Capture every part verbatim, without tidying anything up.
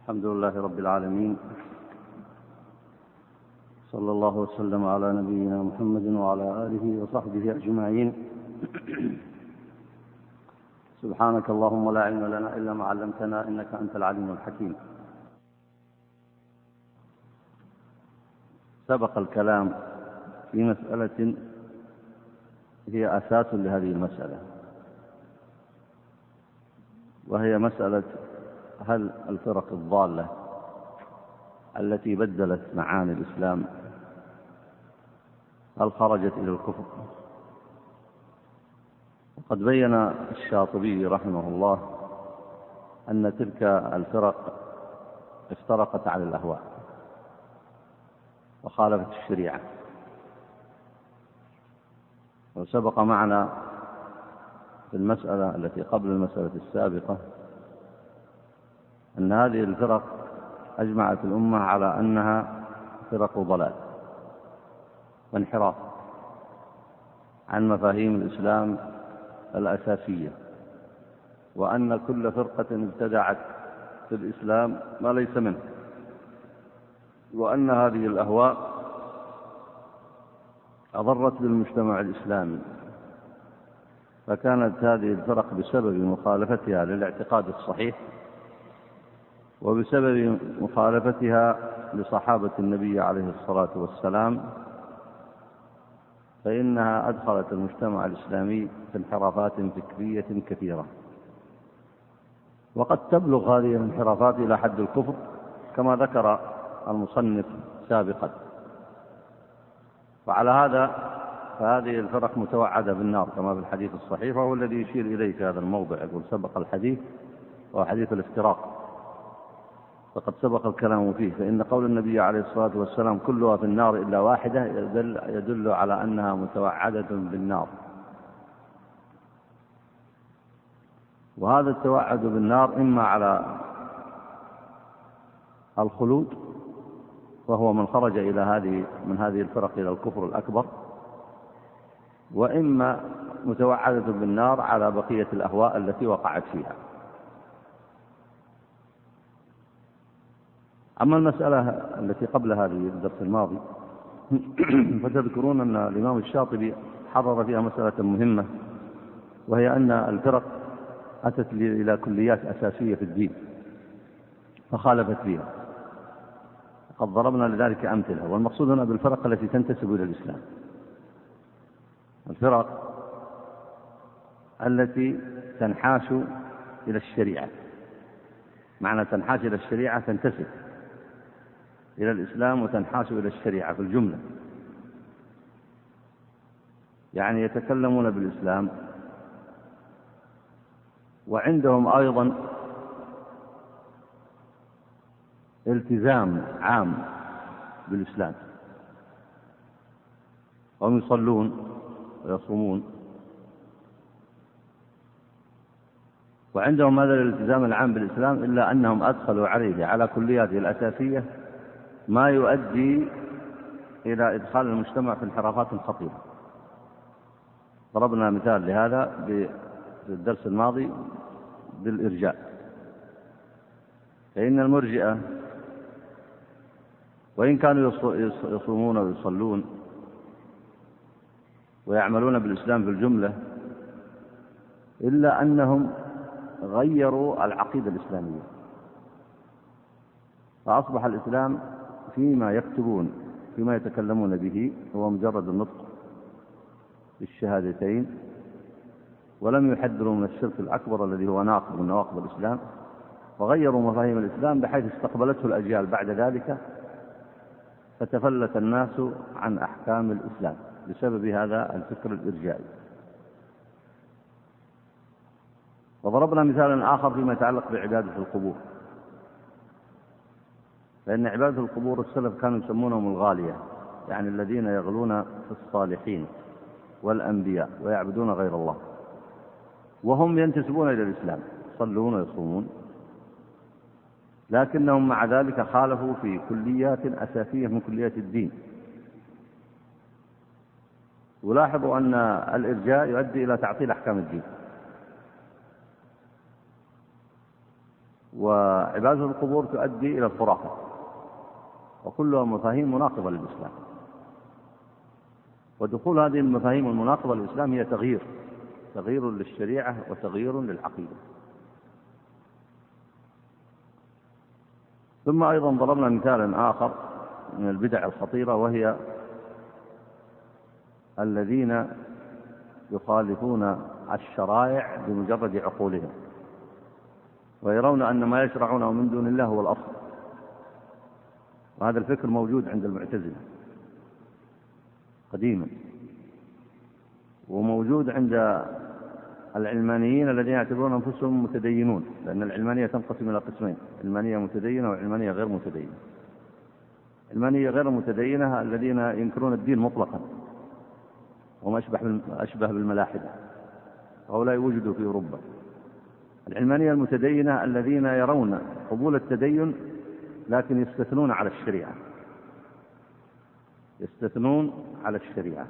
الحمد لله رب العالمين، صلى الله وسلم على نبينا محمد وعلى آله وصحبه أجمعين. سبحانك اللهم لا علم لنا إلا ما علمتنا إنك أنت العليم الحكيم. سبق الكلام في مسألة هي أساس لهذه المسألة، وهي مسألة هل الفرق الضالة التي بدلت معاني الإسلام هل خرجت إلى الكفر؟ وقد بين الشاطبي رحمه الله أن تلك الفرق افترقت على الأهواء وخالفت الشريعة. وسبق معنا في المسألة التي قبل المسألة السابقة أن هذه الفرق أجمعت الأمة على أنها فرق ضلال وانحراف عن مفاهيم الإسلام الأساسية، وأن كل فرقة ابتدعت في الإسلام ما ليس منه، وأن هذه الأهواء أضرت بالمجتمع الإسلامي، فكانت هذه الفرق بسبب مخالفتها للاعتقاد الصحيح وبسبب مخالفتها لصحابة النبي عليه الصلاة والسلام فإنها أدخلت المجتمع الإسلامي في انحرافات فكرية كثيرة، وقد تبلغ هذه الانحرافات إلى حد الكفر كما ذكر المصنف سابقا. وعلى هذا فهذه الفرق متوعدة بالنار كما في الحديث الصحيح، وهو الذي يشير إليه في هذا الموضع، يقول سبق الحديث وهو حديث الافتراق، فقد سبق الكلام فيه، فإن قول النبي عليه الصلاة والسلام كلها في النار إلا واحدة يدل, يدل على أنها متوعدة بالنار. وهذا التوعد بالنار إما على الخلود، وهو من خرج إلى هذه من هذه الفرق إلى الكفر الأكبر، وإما متوعدة بالنار على بقية الأهواء التي وقعت فيها. أما المسألة التي قبل هذه الدرس الماضي فتذكرون أن الإمام الشاطبي حرر فيها مسألة مهمة، وهي أن الفرق أتت إلى كليات أساسية في الدين فخالفت فيها، قد ضربنا لذلك أمثلة. والمقصود هنا بالفرق التي تنتسب إلى الإسلام، الفرق التي تنحاش إلى الشريعة، معنى تنحاش إلى الشريعة تنتسب إلى الإسلام وتنحاش إلى الشريعة في الجملة، يعني يتكلمون بالإسلام وعندهم أيضا التزام عام بالإسلام، وهم يصلون ويصومون، وعندهم هذا الالتزام العام بالإسلام، إلا أنهم أدخلوا عليه على كلياته الأساسية ما يؤدي إلى إدخال المجتمع في انحرافات خطيرة. ضربنا مثال لهذا في الدرس الماضي بالإرجاء، فإن المرجئة وإن كانوا يصومون ويصلون ويعملون بالإسلام في الجملة، إلا أنهم غيروا العقيدة الإسلامية، فأصبح الإسلام فيما يكتبون فيما يتكلمون به هو مجرد النطق بالشهادتين، ولم يحذروا من الشرك الأكبر الذي هو ناقض من نواقض الإسلام، وغيروا مفاهيم الإسلام بحيث استقبلته الأجيال بعد ذلك، فتفلت الناس عن أحكام الإسلام بسبب هذا الفكر الإرجائي. وضربنا مثالا آخر فيما يتعلق بعبادة القبور، فإن عبادة القبور السلف كانوا يسمونهم الغالية، يعني الذين يغلون في الصالحين والأنبياء ويعبدون غير الله، وهم ينتسبون إلى الإسلام، يصلون ويصومون، لكنهم مع ذلك خالفوا في كليات أساسية من كليات الدين. ولاحظوا أن الإرجاء يؤدي إلى تعطيل أحكام الدين، وعبادة القبور تؤدي إلى الخرافة، وكلها مفاهيم مناقضة للإسلام. ودخول هذه المفاهيم المناقضة للإسلام هي تغيير تغيير للشريعة وتغيير للعقيدة. ثم أيضا ضربنا مثالا آخر من البدع الخطيرة، وهي الذين يخالفون الشرائع بمجرد عقولهم، ويرون أن ما يشرعونه من دون الله هو الأصل. وهذا الفكر موجود عند المعتزلة قديما، وموجود عند العلمانيين الذين يعتبرون أنفسهم متدينون، لأن العلمانية تنقسم إلى قسمين: علمانية متدينة وعلمانية غير متدينة. علمانية غير متدينة الذين ينكرون الدين مطلقا، وهم أشبه بالملاحدة، وهؤلاء وجدوا في أوروبا. العلمانية المتدينة الذين يرون قبول التدين لكن يستثنون على الشريعة يستثنون على الشريعة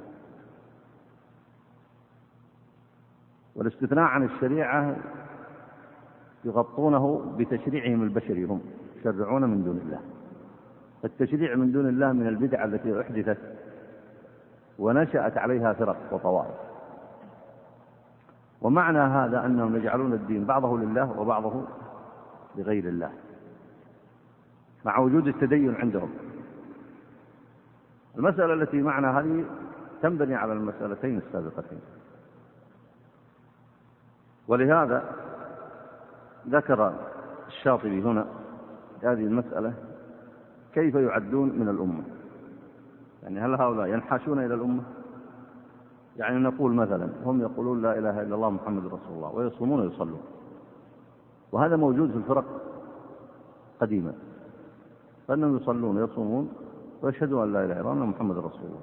والاستثناء عن الشريعة يغطونه بتشريعهم البشري، هم يشرعون من دون الله. التشريع من دون الله من البدع التي أحدثت ونشأت عليها فرق وطوائف. ومعنى هذا أنهم يجعلون الدين بعضه لله وبعضه لغير الله، مع وجود التدين عندهم. المسألة التي معنا هذه تنبني على المسألتين السابقتين، ولهذا ذكر الشاطبي هنا هذه المسألة كيف يعدون من الأمة. يعني هل هؤلاء ينحاشون إلى الأمة؟ يعني نقول مثلا هم يقولون لا إله إلا الله محمد رسول الله، ويصومون ويصلون، وهذا موجود في الفرق قديما، فأنهم يصلون ويصومون ويشهدون أن لا إله إلا الله محمد رسول الله،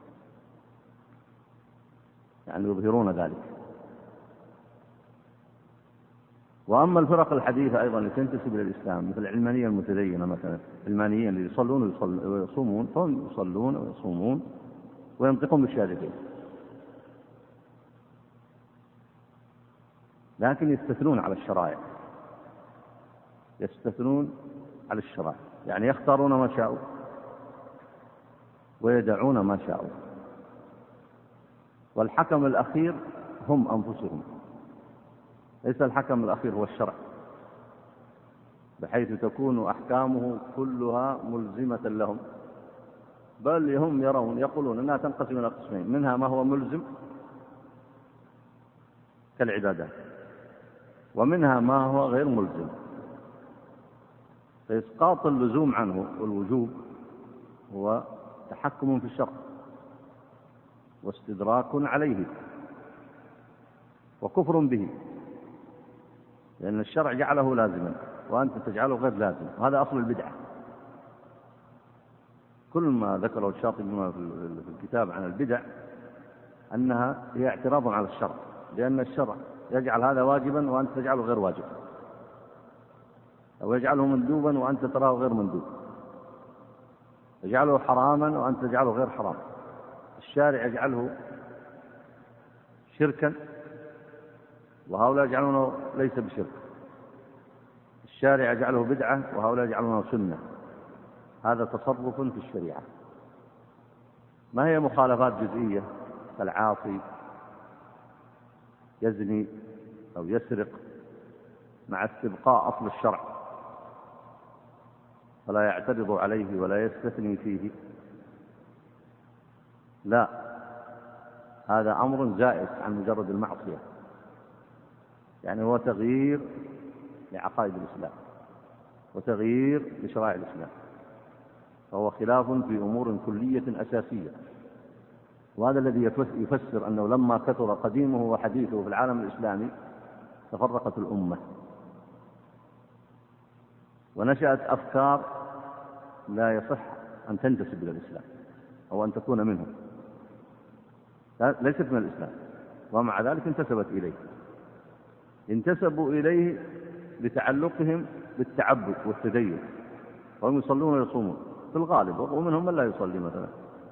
يعني يظهرون ذلك. وأما الفرق الحديثة أيضا اللي تنتسب إلى الإسلام مثل العلمانية المتدينة مثلا، العلمانيين اللي يصلون ويصومون، فهم يصلون ويصومون وينطقون بالشهادتين، لكن يستثنون على الشرائع يستثنون على الشرائع يعني يختارون ما شاءوا ويدعون ما شاءوا، والحكم الأخير هم أنفسهم، ليس الحكم الأخير هو الشرع، بحيث تكون أحكامه كلها ملزمة لهم، بل هم يرون يقولون أنها تنقسم إلى قسمين: منها ما هو ملزم كالعبادات، ومنها ما هو غير ملزم. فإسقاط اللزوم عنه والوجوب هو تحكم في الشرع واستدراك عليه وكفر به، لأن الشرع جعله لازما وأنت تجعله غير لازم، وهذا أصل البدعة. كل ما ذكره الشاطبي في الكتاب عن البدع أنها هي اعتراض على الشرع، لأن الشرع يجعل هذا واجبا وأنت تجعله غير واجب، أو يجعله مندوبا وأنت تراه غير مندوب، يجعله حراما وأنت تجعله غير حرام. الشارع يجعله شركا وهؤلاء يجعلونه ليس بشرك، الشارع يجعله بدعة وهؤلاء يجعلونه سنة. هذا تصرف في الشريعة. ما هي مخالفات جزئية كالعاصي يزني أو يسرق مع استبقاء أصل الشرع فلا يعترض عليه ولا يستثني فيه، لا، هذا أمر زائد عن مجرد المعصية، يعني هو تغيير لعقائد الإسلام وتغيير لشرائع الإسلام، فهو خلاف في أمور كلية أساسية. وهذا الذي يفسر أنه لما كثر قديمه وحديثه في العالم الإسلامي تفرقت الأمة ونشأت أفكار لا يصح أن تنتسب إلى الإسلام أو أن تكون منه، ليست من الإسلام، ومع ذلك انتسبت إليه. انتسبوا إليه بتعلقهم بالتعبد والتدين، وهم يصلون ويصومون في الغالب، ومنهم من لا يصلي مثلا،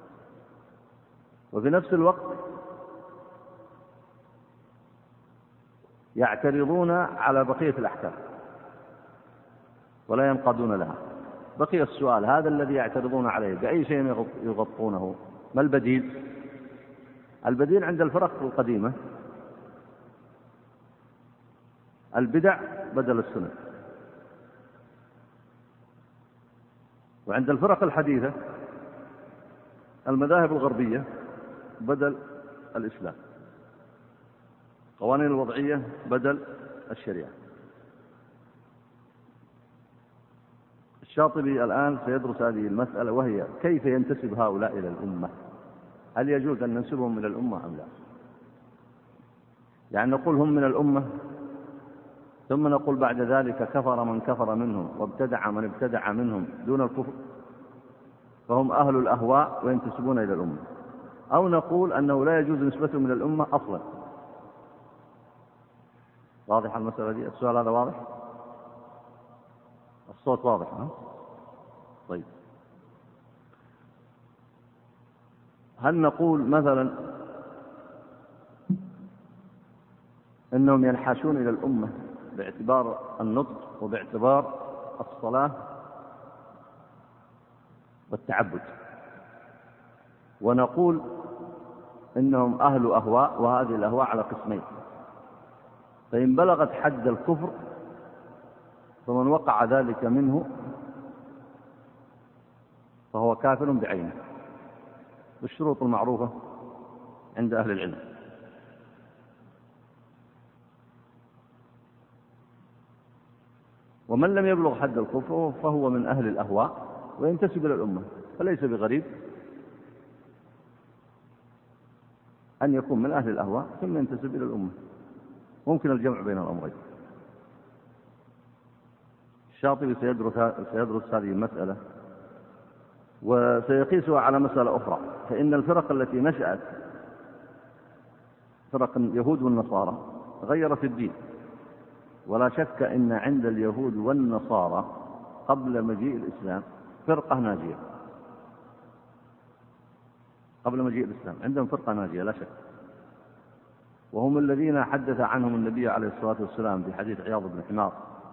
وفي نفس الوقت يعترضون على بقية الأحكام، ولا ينقادون لها. بقي السؤال: هذا الذي يعترضون عليه بأي شيء يغطونه؟ ما البديل؟ البديل عند الفرق القديمة البدع بدل السنة، وعند الفرق الحديثة المذاهب الغربية بدل الإسلام، قوانين الوضعية بدل الشريعة. الشاطبي الآن سيدرس هذه المسألة، وهي كيف ينتسب هؤلاء إلى الأمة؟ هل يجوز أن ننسبهم إلى الأمة أم لا؟ يعني نقول هم من الأمة، ثم نقول بعد ذلك كفر من كفر منهم وابتدع من ابتدع منهم دون الكفر، فهم أهل الأهواء وينتسبون إلى الأمة، أو نقول أنه لا يجوز نسبتهم إلى الأمة أصلا. واضح المسألة دي؟ السؤال هذا واضح؟ الصوت واضح؟ ها؟ طيب، هل نقول مثلا إنهم ينحاشون إلى الأمة باعتبار النطق وباعتبار الصلاة والتعبد، ونقول إنهم أهل أهواء، وهذه الأهواء على قسمين: فإن بلغت حد الكفر فمن وقع ذلك منه فهو كافر بعينه بالشروط المعروفة عند أهل العلم. ومن لم يبلغ حد الكفر فهو من أهل الأهواء وينتسب إلى الأمة، فليس بغريب أن يكون من أهل الأهواء ثم ينتسب إلى الأمة. ممكن الجمع بين الأمرين. الشاطبي سيدرس, سيدرس هذه المسألة وسيقيسها على مسألة أخرى، فإن الفرق التي نشأت فرق اليهود والنصارى غيرت الدين، ولا شك أن عند اليهود والنصارى قبل مجيء الإسلام فرقة ناجية. قبل مجيء الإسلام عندهم فرقة ناجية لا شك، وهم الذين حدث عنهم النبي عليه الصلاة والسلام في حديث عياض بن حمار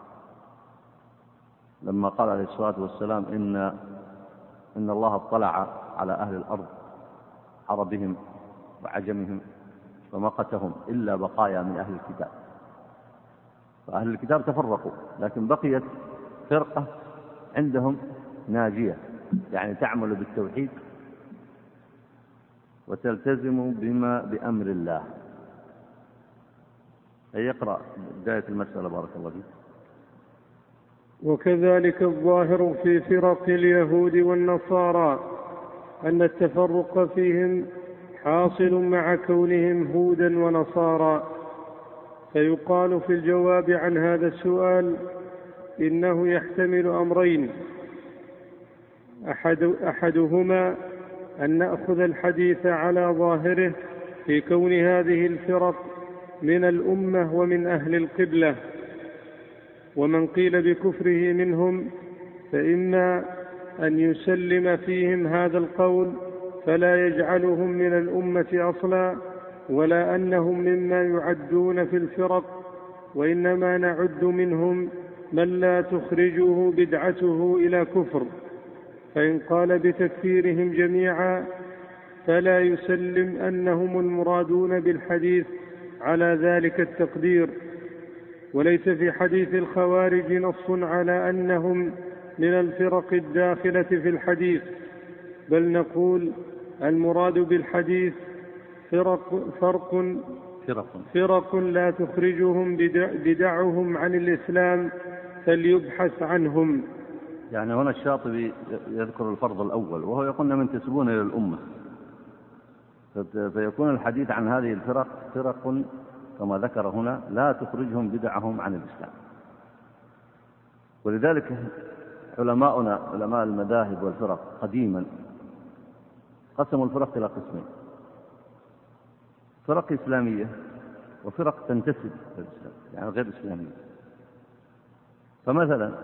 لما قال عليه الصلاة والسلام: إن, إن الله اطلع على أهل الأرض عربهم وعجمهم فمقتهم إلا بقايا من أهل الكتاب. فأهل الكتاب تفرقوا، لكن بقيت فرقة عندهم ناجية، يعني تعمل بالتوحيد وتلتزم بما بأمر الله. يقرأ بداية المسألة بارك الله فيك. وكذلك الظاهر في فرق اليهود والنصارى أن التفرق فيهم حاصل مع كونهم هودا ونصارى. فيقال في الجواب عن هذا السؤال إنه يحتمل أمرين: أحد أحدهما أن نأخذ الحديث على ظاهره في كون هذه الفرق من الأمة ومن أهل القبلة، ومن قيل بكفره منهم فإما أن يسلم فيهم هذا القول فلا يجعلهم من الأمة أصلا، ولا أنهم مما يعدون في الفرق، وإنما نعد منهم من لا تخرجه بدعته إلى كفر. فإن قال بتكفيرهم جميعا فلا يسلم أنهم المرادون بالحديث على ذلك التقدير. وليس في حديث الخوارج نص على أنهم من الفرق الداخلة في الحديث، بل نقول المراد بالحديث فرق, فرق, فرق, فرق لا تخرجهم بدعهم عن الإسلام فليبحث عنهم. يعني هنا الشاطبي يذكر الفرض الأول، وهو يقول أنهم ينتسبون إلى الأمة، فيكون الحديث عن هذه الفرق فرق كما ذكر هنا لا تخرجهم بدعهم عن الإسلام. ولذلك علماؤنا علماء المذاهب والفرق قديما قسموا الفرق إلى قسمين: فرق إسلامية وفرق تنتسب إلى الإسلام يعني غير إسلامية. فمثلا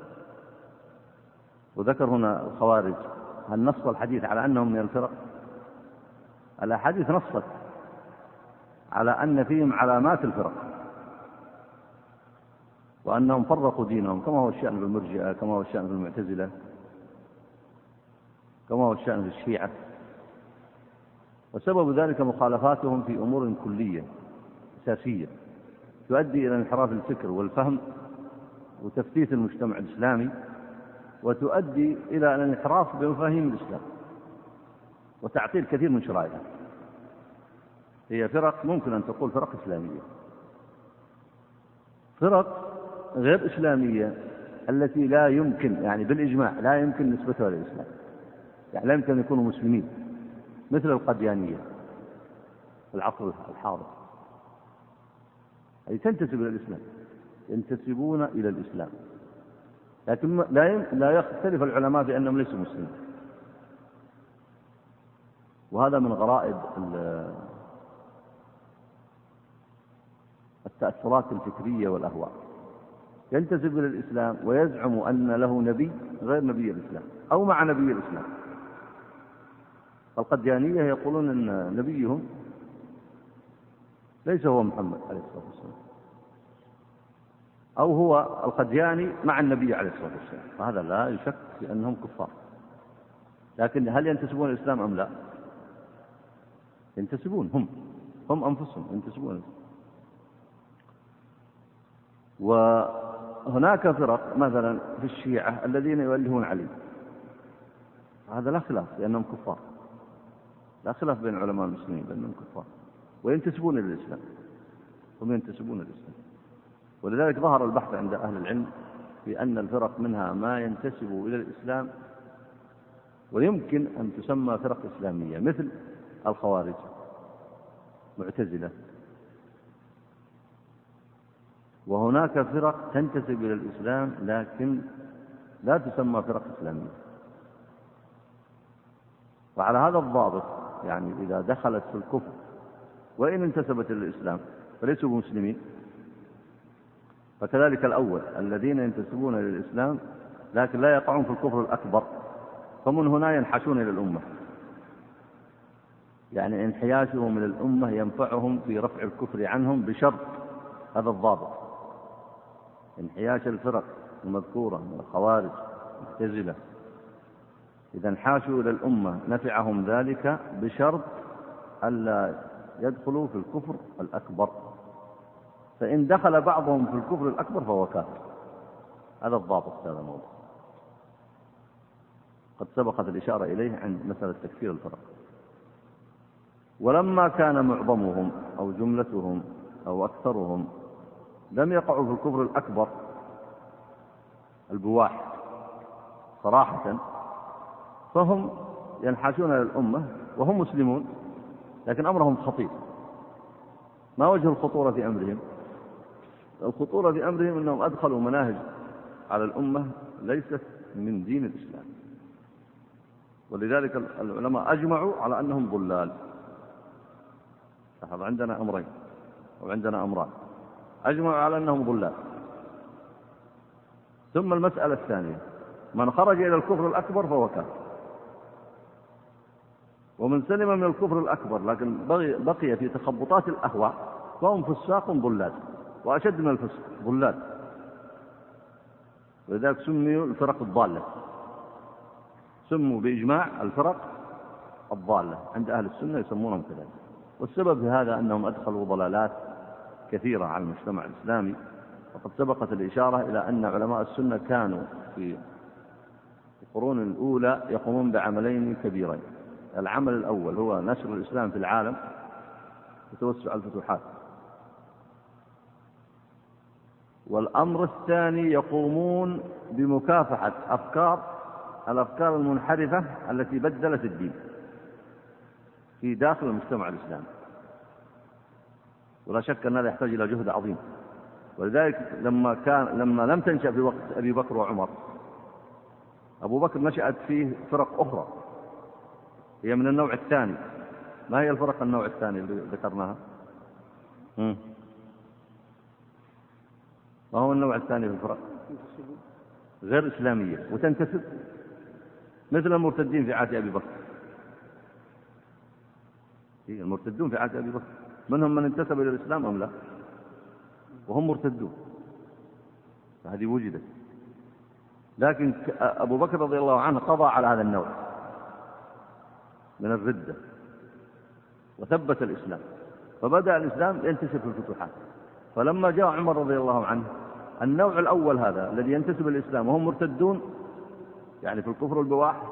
وذكر هنا الخوارج، هل نص الحديث على أنهم من الفرق؟ الأحاديث نصت على أن فيهم علامات الفرق، وأنهم فرقوا دينهم، كما هو الشأن بالمرجئة، كما هو الشأن بالمعتزلة، كما هو الشأن بالشيعة. وسبب ذلك مخالفاتهم في أمور كلية أساسية تؤدي إلى انحراف الفكر والفهم وتفتيت المجتمع الإسلامي، وتؤدي إلى الانحراف بمفاهيم الإسلام وتعطيل كثير من شرائعه. هي فرق ممكن أن تقول فرق إسلامية، فرق غير إسلامية التي لا يمكن يعني بالإجماع لا يمكن نسبتها للإسلام، يعني لا يمكن أن يكونوا مسلمين، مثل القديانية في العصر الحاضر، أي تنتسب إلى الإسلام، ينتسبون إلى الإسلام، لكن لا يختلف العلماء في أنهم ليسوا مسلمين. وهذا من غرائب التأثرات الفكرية والأهواء. ينتسب إلى الإسلام ويزعم أن له نبي غير نبي الإسلام أو مع نبي الإسلام. القديانية يقولون أن نبيهم ليس هو محمد عليه الصلاة والسلام، أو هو القدياني مع النبي عليه الصلاة والسلام، فهذا لا يشك في أنهم كفار. لكن هل ينتسبون الإسلام أم لا؟ ينتسبون، هم هم أنفسهم ينتسبون الإسلام. وهناك فرق مثلا في الشيعة الذين يؤلهون علي، هذا لا خلاف لأنهم كفار، لا خلاف بين علماء المسلمين بأنهم كفار وينتسبون إلى الإسلام، هم ينتسبون إلى الإسلام. ولذلك ظهر البحث عند أهل العلم في أن الفرق منها ما ينتسب إلى الإسلام ويمكن أن تسمى فرق إسلامية، مثل الخوارج، معتزلة. وهناك فرق تنتسب إلى الإسلام لكن لا تسمى فرق إسلامية. وعلى هذا الضابط يعني إذا دخلت في الكفر وإن انتسبت إلى الإسلام فليسوا مسلمين، فكذلك الأول الذين ينتسبون إلى الإسلام لكن لا يقعون في الكفر الأكبر، فمن هنا ينحشون إلى الأمة، يعني انحياشهم إلى الأمة ينفعهم في رفع الكفر عنهم بشرط هذا الضابط. انحياش الفرق المذكورة من الخوارج المعتزلة إذا انحاشوا إلى الأمة نفعهم ذلك بشرط ألا يدخلوا في الكفر الأكبر، فإن دخل بعضهم في الكفر الأكبر فهو كافر. هذا الضابط هذا الموضوع قد سبقت الإشارة إليه عند مسألة تكفير الفرق. ولما كان معظمهم أو جملتهم أو أكثرهم لم يقعوا في الكفر الأكبر البواح صراحة، فهم ينحاشون إلى الأمة وهم مسلمون، لكن أمرهم خطير. ما وجه الخطورة في أمرهم؟ الخطورة في أمرهم أنهم أدخلوا مناهج على الأمة ليست من دين الإسلام، ولذلك العلماء أجمعوا على أنهم ضلال. هذا عندنا أمرين وعندنا أمران، أجمعوا على أنهم ضلال. ثم المسألة الثانية، من خرج إلى الكفر الأكبر فهو كافر، ومن سلم من الكفر الأكبر لكن بقي في تخبطات الأهواء فهم فساق ضلال، وأشد من الفسق ضلال، ولذلك سموا الفرق الضالة، سموا بإجماع الفرق الضالة عند أهل السنة يسمونهم كذلك. والسبب في هذا أنهم أدخلوا ضلالات كثيرة على المجتمع الإسلامي. وقد سبقت الإشارة إلى أن علماء السنة كانوا في القرون الأولى يقومون بعملين كبيرين. العمل الأول هو نشر الإسلام في العالم وتوسع الفتوحات، والأمر الثاني يقومون بمكافحة أفكار الأفكار المنحرفة التي بدلت الدين في داخل المجتمع الإسلامي. ولا شك أن هذا يحتاج إلى جهد عظيم. ولذلك لما كان لما لم تنشأ في وقت أبي بكر وعمر، أبو بكر نشأت فيه فرق أخرى هي من النوع الثاني. ما هي الفرق النوع الثاني اللي ذكرناها؟ مم. ما هو النوع الثاني في الفرق؟ غير إسلامية وتنتسب، مثل المرتدين في عهد أبي بكر. المرتدون في عهد أبي بكر منهم من انتسب إلى الإسلام أم لا؟ وهم مرتدون. هذه وجدت، لكن أبو بكر رضي الله عنه قضى على هذا النوع من الردة وثبت الإسلام، فبدأ الإسلام ينتشر في الفتوحات. فلما جاء عمر رضي الله عنه النوع الأول هذا الذي ينتسب الإسلام وهم مرتدون يعني في الكفر البواح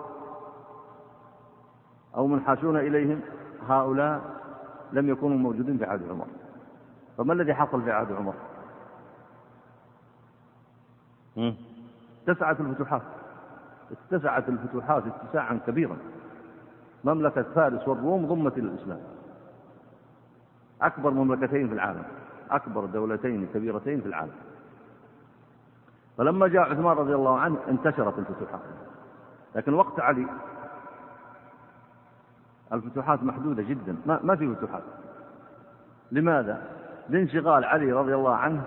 أو منحاشون إليهم، هؤلاء لم يكونوا موجودين في عهد عمر. فما الذي حصل في عهد عمر؟ اتسعت الفتوحات اتسعت الفتوحات اتساعا كبيرا. مملكة فارس والروم ضمت إلى الإسلام، أكبر مملكتين في العالم، أكبر دولتين كبيرتين في العالم. فلما جاء عثمان رضي الله عنه انتشرت الفتوحات، لكن وقت علي الفتوحات محدودة جدا، ما, ما في فتوحات. لماذا؟ لانشغال علي رضي الله عنه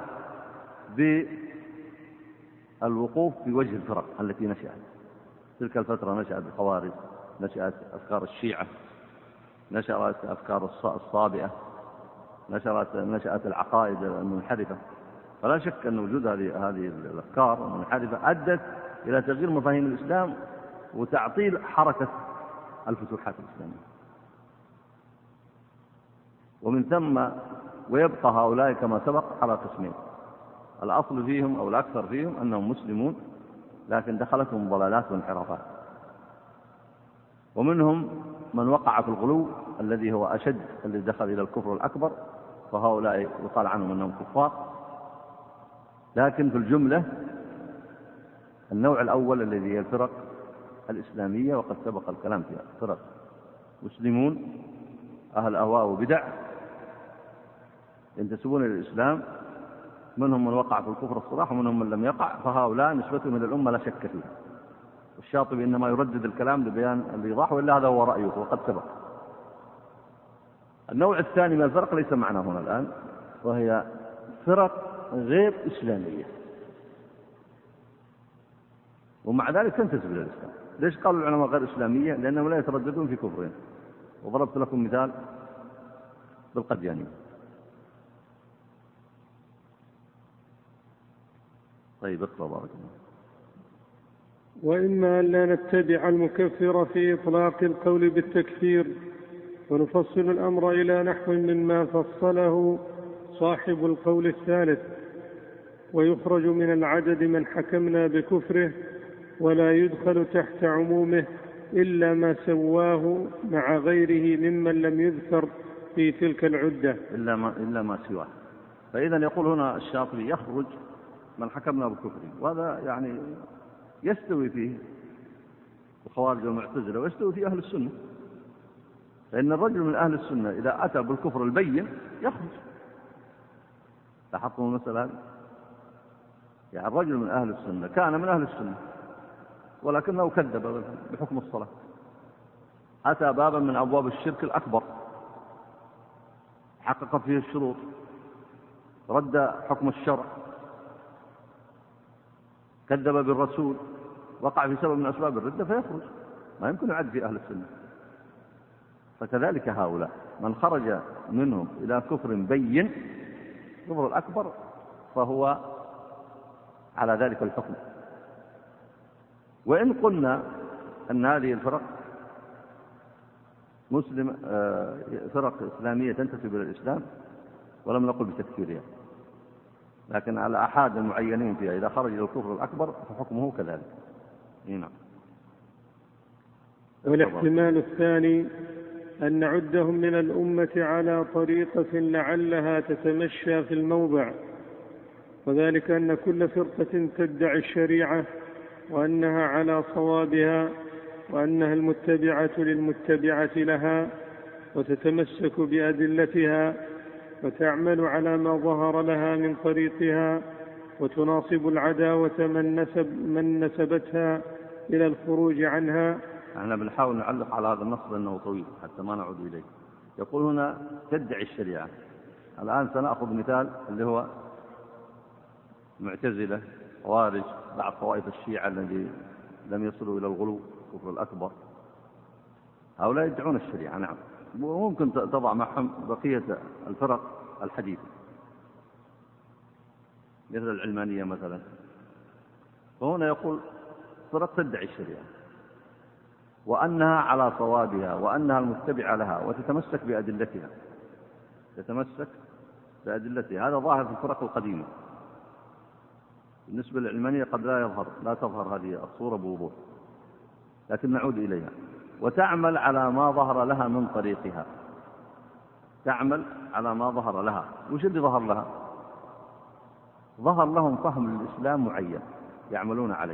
بالوقوف في وجه الفرق التي نشأت تلك الفترة. نشأت الخوارج، نشأت أفكار الشيعة، نشأت أفكار الصابئة، نشأت نشأت العقائد المنحرفة. فلا شك أن وجود هذه هذه الأفكار المنحرفة أدت إلى تغيير مفاهيم الإسلام وتعطيل حركة الفتوحات الإسلامية. ومن ثم ويبقى هؤلاء كما سبق على قسمين: الأصل فيهم أو الأكثر فيهم أنهم مسلمون، لكن دخلتهم ضلالات وانحرافات. ومنهم من وقع في الغلو الذي هو أشد، الذي دخل إلى الكفر الأكبر، فهؤلاء يقال عنهم أنهم كفار. لكن في الجملة النوع الأول الذي هي الفرق الإسلامية، وقد سبق الكلام فيها، فرق مسلمون أهل أهواء وبدع ينتسبون إلى الإسلام، منهم من وقع في الكفر الصراح ومنهم من لم يقع، فهؤلاء نسبتهم إلى الأمة لا شك فيها. والشاطبي إنما يردد الكلام لبيان الإيضاح، وإلا هذا هو رأيه وقد سبق. النوع الثاني من الفرق ليس معنا هنا الآن، وهي فرق غير إسلامية ومع ذلك تنتسب إلى الإسلام. ليش قالوا العلماء غير إسلامية؟ لأنهم لا يترددون في كفرهم. وضربت لكم مثال بالقديانية. طيب اقرأ بارك الله. وإما أن لا نتبع المكفر في إطلاق القول بالتكفير، ونفصل الأمر إلى نحو مما فصله صاحب القول الثالث، ويخرج من العدد من حكمنا بكفره، ولا يدخل تحت عمومه إلا ما سواه مع غيره ممن لم يذكر في تلك العدة إلا ما, إلا ما سواه. فإذا يقول هنا الشاطبي يخرج من حكمنا بكفره، وهذا يعني يستوي فيه الخوارج والمعتزلة ويستوي فيه أهل السنة. فإن الرجل من أهل السنة إذا أتى بالكفر البين يخرج. لاحظتم المسألة هذه؟ يعني الرجل من أهل السنة كان من أهل السنة ولكنه كذب بحكم الصلاة، أتى بابا من أبواب الشرك الأكبر، حقق فيه الشروط، رد حكم الشرع، كذب بالرسول، وقع في سبب من أسباب الردة، فيخرج. ما يمكن يعد في أهل السنة. فكذلك هؤلاء من خرج منهم إلى كفر بين، كفر الأكبر، فهو على ذلك الحكم. وإن قلنا أن هذه الفرق مسلم فرق إسلامية تنتسب إلى الإسلام، ولم نقل بتكفيرها، لكن على أحد المعينين فيها إذا خرج إلى الكفر الأكبر فحكمه كذلك. نعم. والاحتمال الثاني أن نعدهم من الأمة على طريقة لعلها تتمشى في الموضع، وذلك أن كل فرقة تدعي الشريعة وأنها على صوابها، وأنها المتبعة للمتبعة لها، وتتمسك بأدلتها، وتعمل على ما ظهر لها من طريقها، وتناصب العداوة من, نسب من نسبتها إلى الخروج عنها. احنا بنحاول نعلق على هذا النص لأنه طويل حتى ما نعود إليه. يقول هنا تدعي الشريعة. الآن سنأخذ مثال اللي هو معتزلة، خوارج، بعض طوائف الشيعة الذي لم يصلوا إلى الغلو الكفر الأكبر. هؤلاء يدعون الشريعة، نعم، وممكن تضع معهم بقية الفرق الحديثة مثل العلمانية مثلا، فهنا يقول فرق تدعي الشريعة وأنها على صوابها وأنها المتبعة لها وتتمسك بأدلتها، تتمسك بأدلتها. هذا ظاهر في الفرق القديمة. بالنسبة للعلمانية قد لا يظهر لا تظهر هذه الصورة بوضوح، لكن نعود إليها. وتعمل على ما ظهر لها من طريقها، تعمل على ما ظهر لها. وش اللي ظهر لها؟ ظهر لهم فهم للإسلام معين يعملون عليه،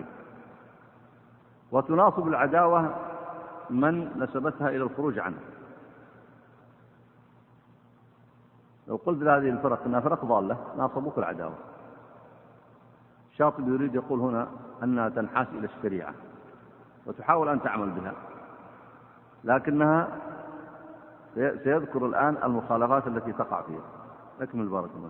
وتناصب العداوة من نسبتها إلى الخروج عنه. لو قلت لهذه الفرق إنها فرق ضالة ناصبوك العداوة. الشاطبي يريد يقول هنا أنها تنحاز إلى الشريعة وتحاول أن تعمل بها، لكنها سيذكر الآن المخالفات التي تقع فيها. نكمل بارك الله.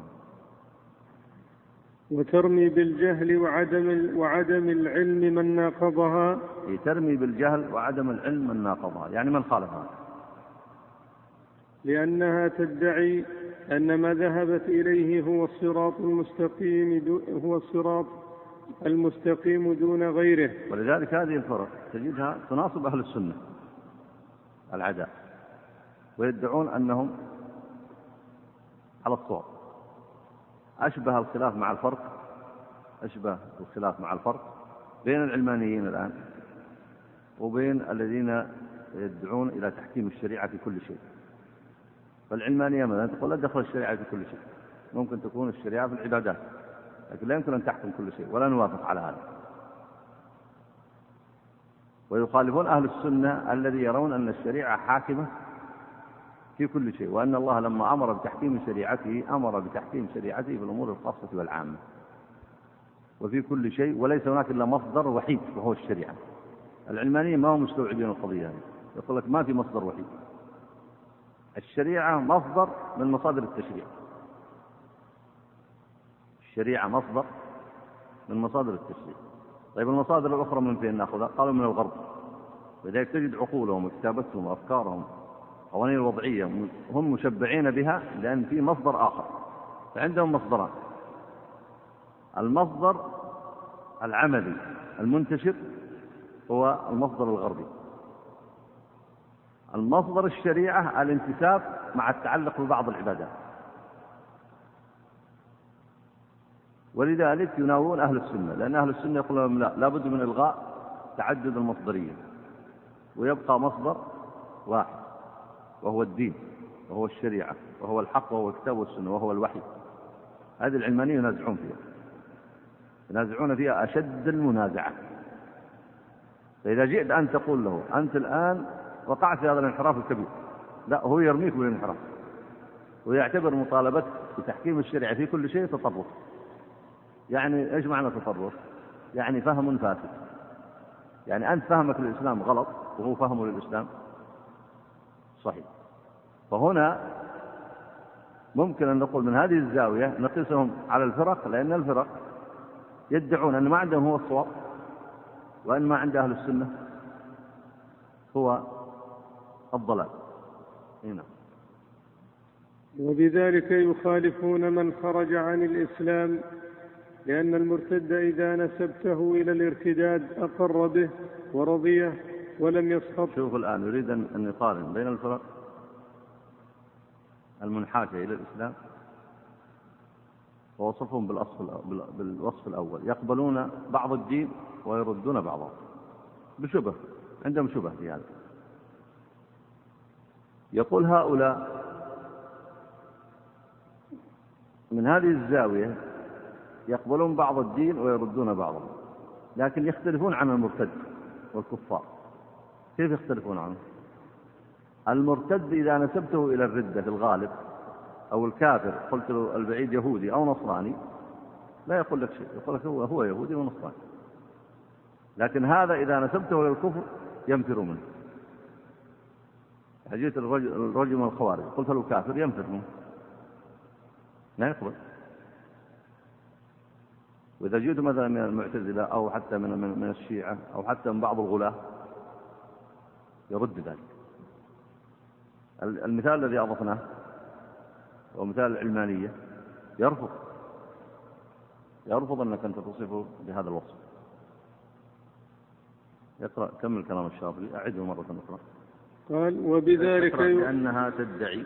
وترمي بالجهل وعدم وعدم العلم من ناقضها. ترمي بالجهل وعدم العلم من ناقضها، يعني من خالفها، لأنها تدعي أن ما ذهبت إليه هو الصراط المستقيم هو الصراط المستقيم دون غيره. ولذلك هذه الفرق تجدها تناصب أهل السنة العداء، ويدعون أنهم على الصواب. أشبه الخلاف مع الفرق أشبه الخلاف مع الفرق بين العلمانيين الآن وبين الذين يدعون إلى تحكيم الشريعة في كل شيء. فالعلمانية مثلا تقول لا دخل الشريعة في كل شيء، ممكن تكون الشريعة في العبادات، لكن لا يمكن أن تحكم كل شيء، ولا نوافق على هذا. ويخالفون أهل السنة الذي يرون أن الشريعة حاكمة في كل شيء، وأن الله لما أمر بتحكيم شريعته أمر بتحكيم شريعته في الأمور الخاصة والعامة وفي كل شيء، وليس هناك إلا مصدر وحيد وهو الشريعة. العلمانيين ما هم مستوعبين القضية هذه، يقول لك ما في مصدر وحيد، الشريعة مصدر من مصادر التشريع، الشريعة مصدر من مصادر التشريع. طيب المصادر الأخرى من فين نأخذها؟ قالوا من الغرب، ولذلك تجد عقولهم وكتابتهم وأفكارهم قوانين الوضعية هم مشبعين بها لأن في مصدر آخر. فعندهم مصدران: المصدر العملي المنتشر هو المصدر الغربي، المصدر الشريعة الانتساب مع التعلق ببعض العبادات. ولذلك يناوون أهل السنة، لأن أهل السنة يقولون لا لابد من إلغاء تعدد المصدرية ويبقى مصدر واحد وهو الدين وهو الشريعة وهو الحق وهو الكتاب والسنة وهو الوحي. هذه العلمانية ينازعون فيها، ينازعون فيها أشد المنازعة. فإذا جئت أن تقول له أنت الآن وقعت في هذا الانحراف الكبير، لا، هو يرميك بالانحراف ويعتبر مطالبتك بتحكيم الشريعة في كل شيء تطرف. يعني إيش معنى تطرف؟ يعني فهم فاسد، يعني أنت فهمك للإسلام غلط وهو فهمه للإسلام صحيح. فهنا ممكن أن نقول من هذه الزاوية نقيسهم على الفرق، لأن الفرق يدعون أن ما عندهم هو الصواب، وأن ما عند أهل السنة هو الضلال. هنا وبذلك يخالفون من خرج عن الإسلام، لأن المرتد إذا نسبته إلى الارتداد أقر به ورضيه ولم يسخط. شوف الآن يريد أن يقارن بين الفرق المنحازة إلى الإسلام ووصفهم بالوصف الأول: يقبلون بعض الدين ويردون بعضه بشبه، عندهم شبه في هذا. يقول هؤلاء من هذه الزاوية يقبلون بعض الدين ويردون بعضه، لكن يختلفون عن المرتد والكفار. كيف يختلفون عنه؟ المرتد إذا نسبته إلى الردة في الغالب أو الكافر، قلت له البعيد يهودي أو نصراني، لا يقول لك شيء، يقول لك هو, هو يهودي ونصراني. لكن هذا إذا نسبته إلى الكفر ينفر منه. جئت الرجل, الرجل من الخوارج قلت له كافر ينفر منه، لا يقبل. وإذا جئت مثلا من المعتزلة أو حتى من, من, من الشيعة أو حتى من بعض الغلاة يرد ذلك. المثال الذي أضفناه هو مثال العلمانية، يرفض يرفض أنك أنت تصفه بهذا الوصف، يقرأ كمل كلام الشاطبي، أعده مرة أخرى. قال وبذلك لأنها تدعي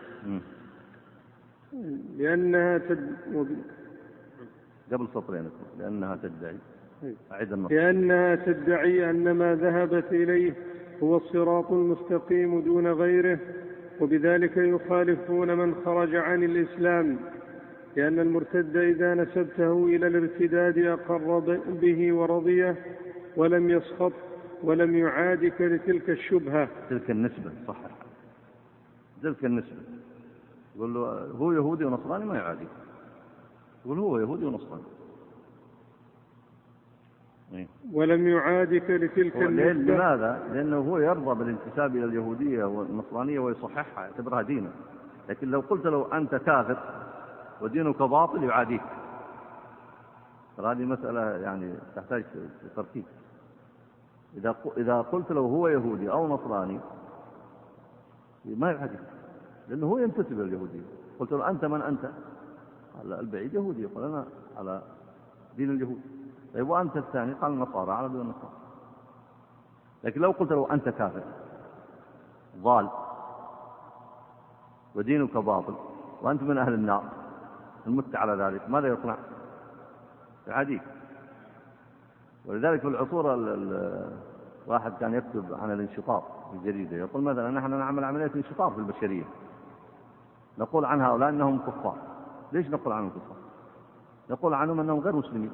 لأنها تد... وب... قبل سطرين لأنها تدعي أعد النص. لأنها تدعي أن ما ذهبت إليه هو الصراط المستقيم دون غيره، وبذلك يخالفون من خرج عن الإسلام، لأن المرتد إذا نسبته إلى الارتداد أقر به ورضيه ولم يسخط ولم يعادك لتلك الشبهة. تلك النسبة صحيح، تلك النسبة يقول له هو يهودي ونصراني ما يعادي، يقول هو يهودي ونصراني ولم يعادك لتلك النسبة. لماذا؟ لأنه هو يرضى بالانتساب إلى اليهودية والنصرانية ويصححها يعتبرها دينا، لكن لو قلت له أنت كافر ودينك باطل يعاديك. هذه مسألة يعني تحتاج تركيز. إذا إذا قلت له هو يهودي أو نصراني ما يعاديك، لأنه هو ينتسب إلى اليهودية. قلت له أنت من أنت؟ قال البعيد يهودي، يقول أنا على دين اليهود. طيب وأنت الثاني؟ قال النصارى على دين النصارى. لكن لو قلت له أنت كافر ضال ودينك باطل وأنت من أهل النار المت على ذلك، ماذا يصنع؟ يعاديك. ولذلك في العصور واحد كان يكتب عن الانشطار في الجريدة، يقول مثلا نحن نعمل عملية انشطار في البشرية، نقول عن هؤلاء أنهم كفار. ليش نقول عنهم كفار؟ نقول عنهم أنهم غير مسلمين.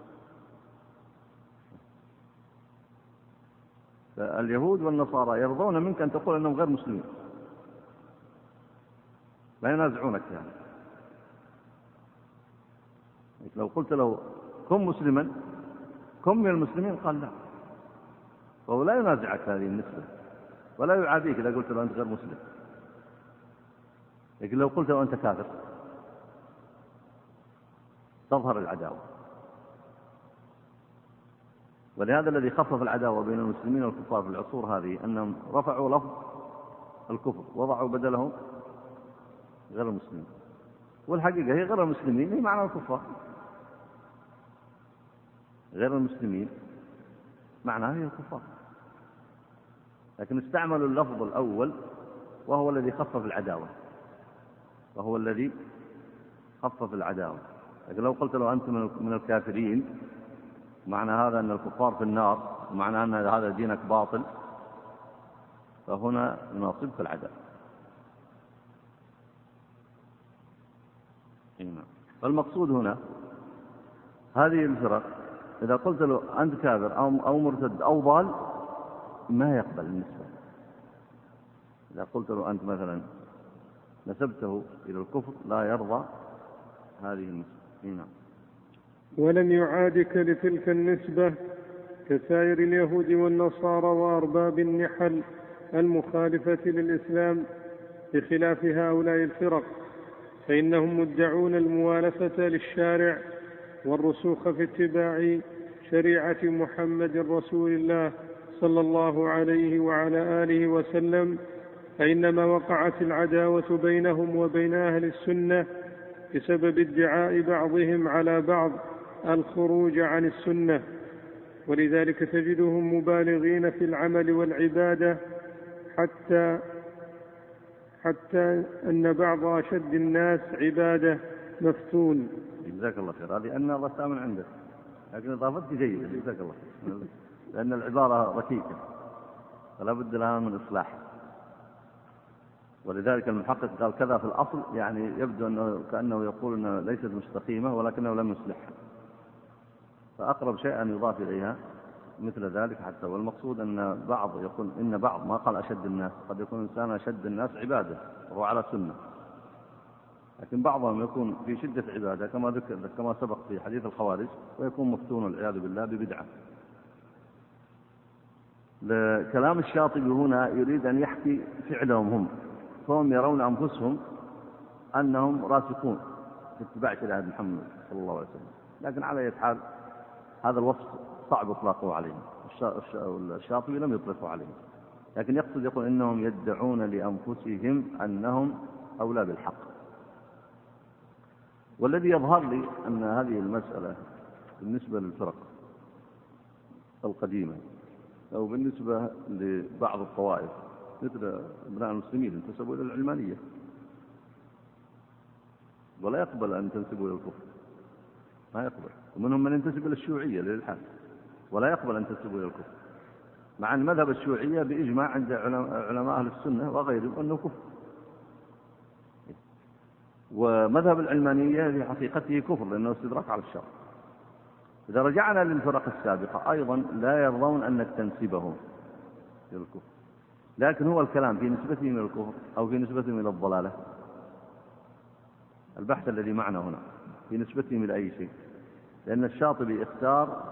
فاليهود والنصارى يرضون منك أن تقول أنهم غير مسلمين، لا ينازعونك يعني. لو قلت له كن مسلما كن من المسلمين قال لا، فهو لا ينازعك هذه النسبة ولا يعاديك إذا قلت له أنت غير مسلم. لكن لو قلت له أنت كافر تظهر العداوة. ولهذا الذي خفف العداوة بين المسلمين والكفار في العصور هذه أنهم رفعوا لفظ الكفر وضعوا بدلهم غير المسلمين، والحقيقة هي غير المسلمين هي معنى الكفار. غير المسلمين معناها هي الكفار، لكن استعملوا اللفظ الأول وهو الذي خفف العداوة وهو الذي خفف العداوة. لكن لو قلت له أنت من الكافرين معنى هذا أن الكفار في النار، ومعنى أن هذا دينك باطل، فهنا يناصبك العداوة. فالمقصود هنا هذه الفرق إذا قلت له أنت كافر أو مرتد أو ضال ما يقبل النسبة. إذا قلت له أنت مثلا نسبته إلى الكفر لا يرضى هذه النسبة. هنا ولم يعادك لتلك النسبة كسائر اليهود والنصارى وأرباب النحل المخالفة للإسلام، بخلاف هؤلاء الفرق، فإنهم مدعون الموالفة للشارع والرسوخ في اتباع شريعة محمد رسول الله صلى الله عليه وعلى آله وسلم، فإنما وقعت العداوة بينهم وبين أهل السنة بسبب ادعاء بعضهم على بعض الخروج عن السنة. ولذلك تجدهم مبالغين في العمل والعبادة، حتى حتى أن بعض أشد الناس عبادة مفتون. جزاك الله خير. هذه أن الله من عندك، لكن إضافتك جيدة جزاك الله خير، لأن العبارة ركيكة فلا بد لها من إصلاح. ولذلك المحقق قال كذا في الأصل، يعني يبدو أنه كأنه يقول أنه ليست مستقيمة ولكنه لم يصلحها، فأقرب شيء أن يضاف إليها مثل ذلك حتى. والمقصود أن بعض يقول إن بعض، ما قال أشد الناس، قد يكون إنسان أشد الناس عبادة وهو على سنة، لكن بعضهم يكون في شدة عبادة كما ذكر كما سبق في حديث الخوارج، ويكون مفتون والعياذ بالله ببدعة. لكلام الشاطبي هنا يريد أن يحكي فعلهم هم، فهم يرون أنفسهم أنهم راسخون في اتباع شريعة محمد صلى الله عليه وسلم، لكن على أي حال هذا الوصف صعب إطلاقه عليهم. الشاطبي لم يطلقه عليهم، لكن يقصد يقول إنهم يدعون لأنفسهم أنهم أولى بالحق. والذي يظهر لي أن هذه المسألة بالنسبة للفرق القديمة أو بالنسبة لبعض الطوائف مثل أبناء المسلمين انتسبوا إلى العلمانية ولا يقبل أن تنسبوا إلى الكفر، ما يقبل. ومنهم من ينتسب إلى الشيوعية للإلحاد ولا يقبل أن تنسبوا إلى الكفر، مع أن مذهب الشيوعية بإجماع عند علماء أهل السنة وغيرهم أنه كفر. ومذهب العلمانية في حقيقته كفر لأنه استدراك على الشرع. إذا رجعنا للفرق السابقة أيضا لا يرضون أن تنسبهم إلى الكفر، لكن هو الكلام في نسبتهم إلى الكفر أو في نسبتهم إلى الضلالة. البحث الذي معنا هنا في نسبتهم إلى أي شيء، لأن الشاطبي اختار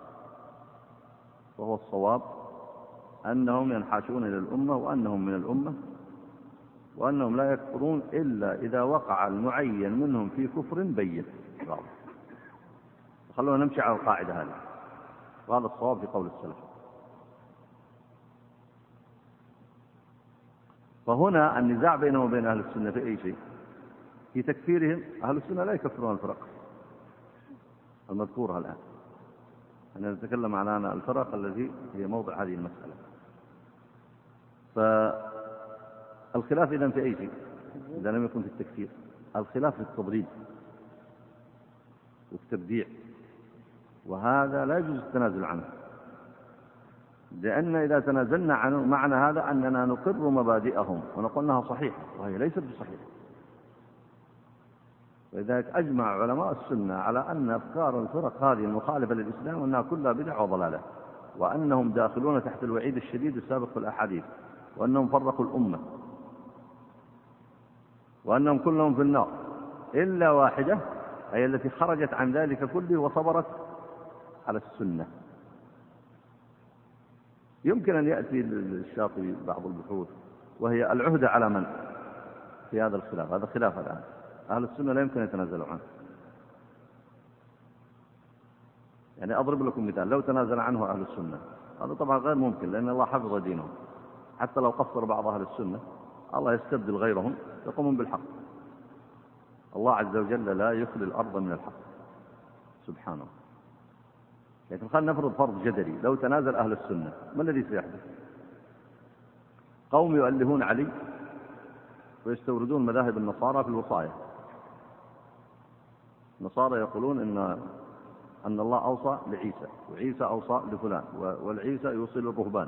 وهو الصواب أنهم ينحاشون إلى الأمة وأنهم من الأمة وأنهم لا يكفرون إلا إذا وقع المعين منهم في كفر بين. خلونا نمشي على القاعدة هذه، وهذا الصواب في قول السلف. فهنا النزاع بينهم وبين أهل السنة في أي شيء، في تكفيرهم. أهل السنة لا يكفرون الفرق المذكورة الآن، أنا نتكلم عن الفرق التي هي موضع هذه المسألة. فالخلاف إذن في أي شيء إذا لم يكن في التكفير، الخلاف في التضليل والتبديع، وهذا لا يجوز التنازل عنه، لأن إذا تنازلنا عنه معنى هذا أننا نقر مبادئهم ونقول أنها صحيحة وهي ليست بصحيحة. ولذلك أجمع علماء السنة على أن أفكار الفرق هذه المخالفة للإسلام أنها كلها بدع وضلالة، وأنهم داخلون تحت الوعيد الشديد السابق في الأحاديث، وأنهم فرقوا الأمة، وأنهم كلهم في النار إلا واحدة هي التي خرجت عن ذلك كله وصبرت على السنة. يمكن أن يأتي الشاطبي بعض البحوث وهي العهدة على من في هذا الخلاف. هذا خلاف الآن أهل السنة لا يمكن أن يتنازلوا عنه. يعني أضرب لكم مثال، لو تنازل عنه أهل السنة هذا طبعا غير ممكن، لأن الله حفظ دينهم. حتى لو قصر بعض أهل السنة الله يستبدل غيرهم يقومون بالحق. الله عز وجل لا يخلي الأرض من الحق سبحانه. لكن خلينا نفرض فرض جدلي، لو تنازل أهل السنة ما الذي سيحدث؟ قوم يؤلهون علي ويستوردون مذاهب النصارى في الوصايا. النصارى يقولون إن أن الله أوصى لعيسى وعيسى أوصى لفلان والعيسى يوصي للرهبان،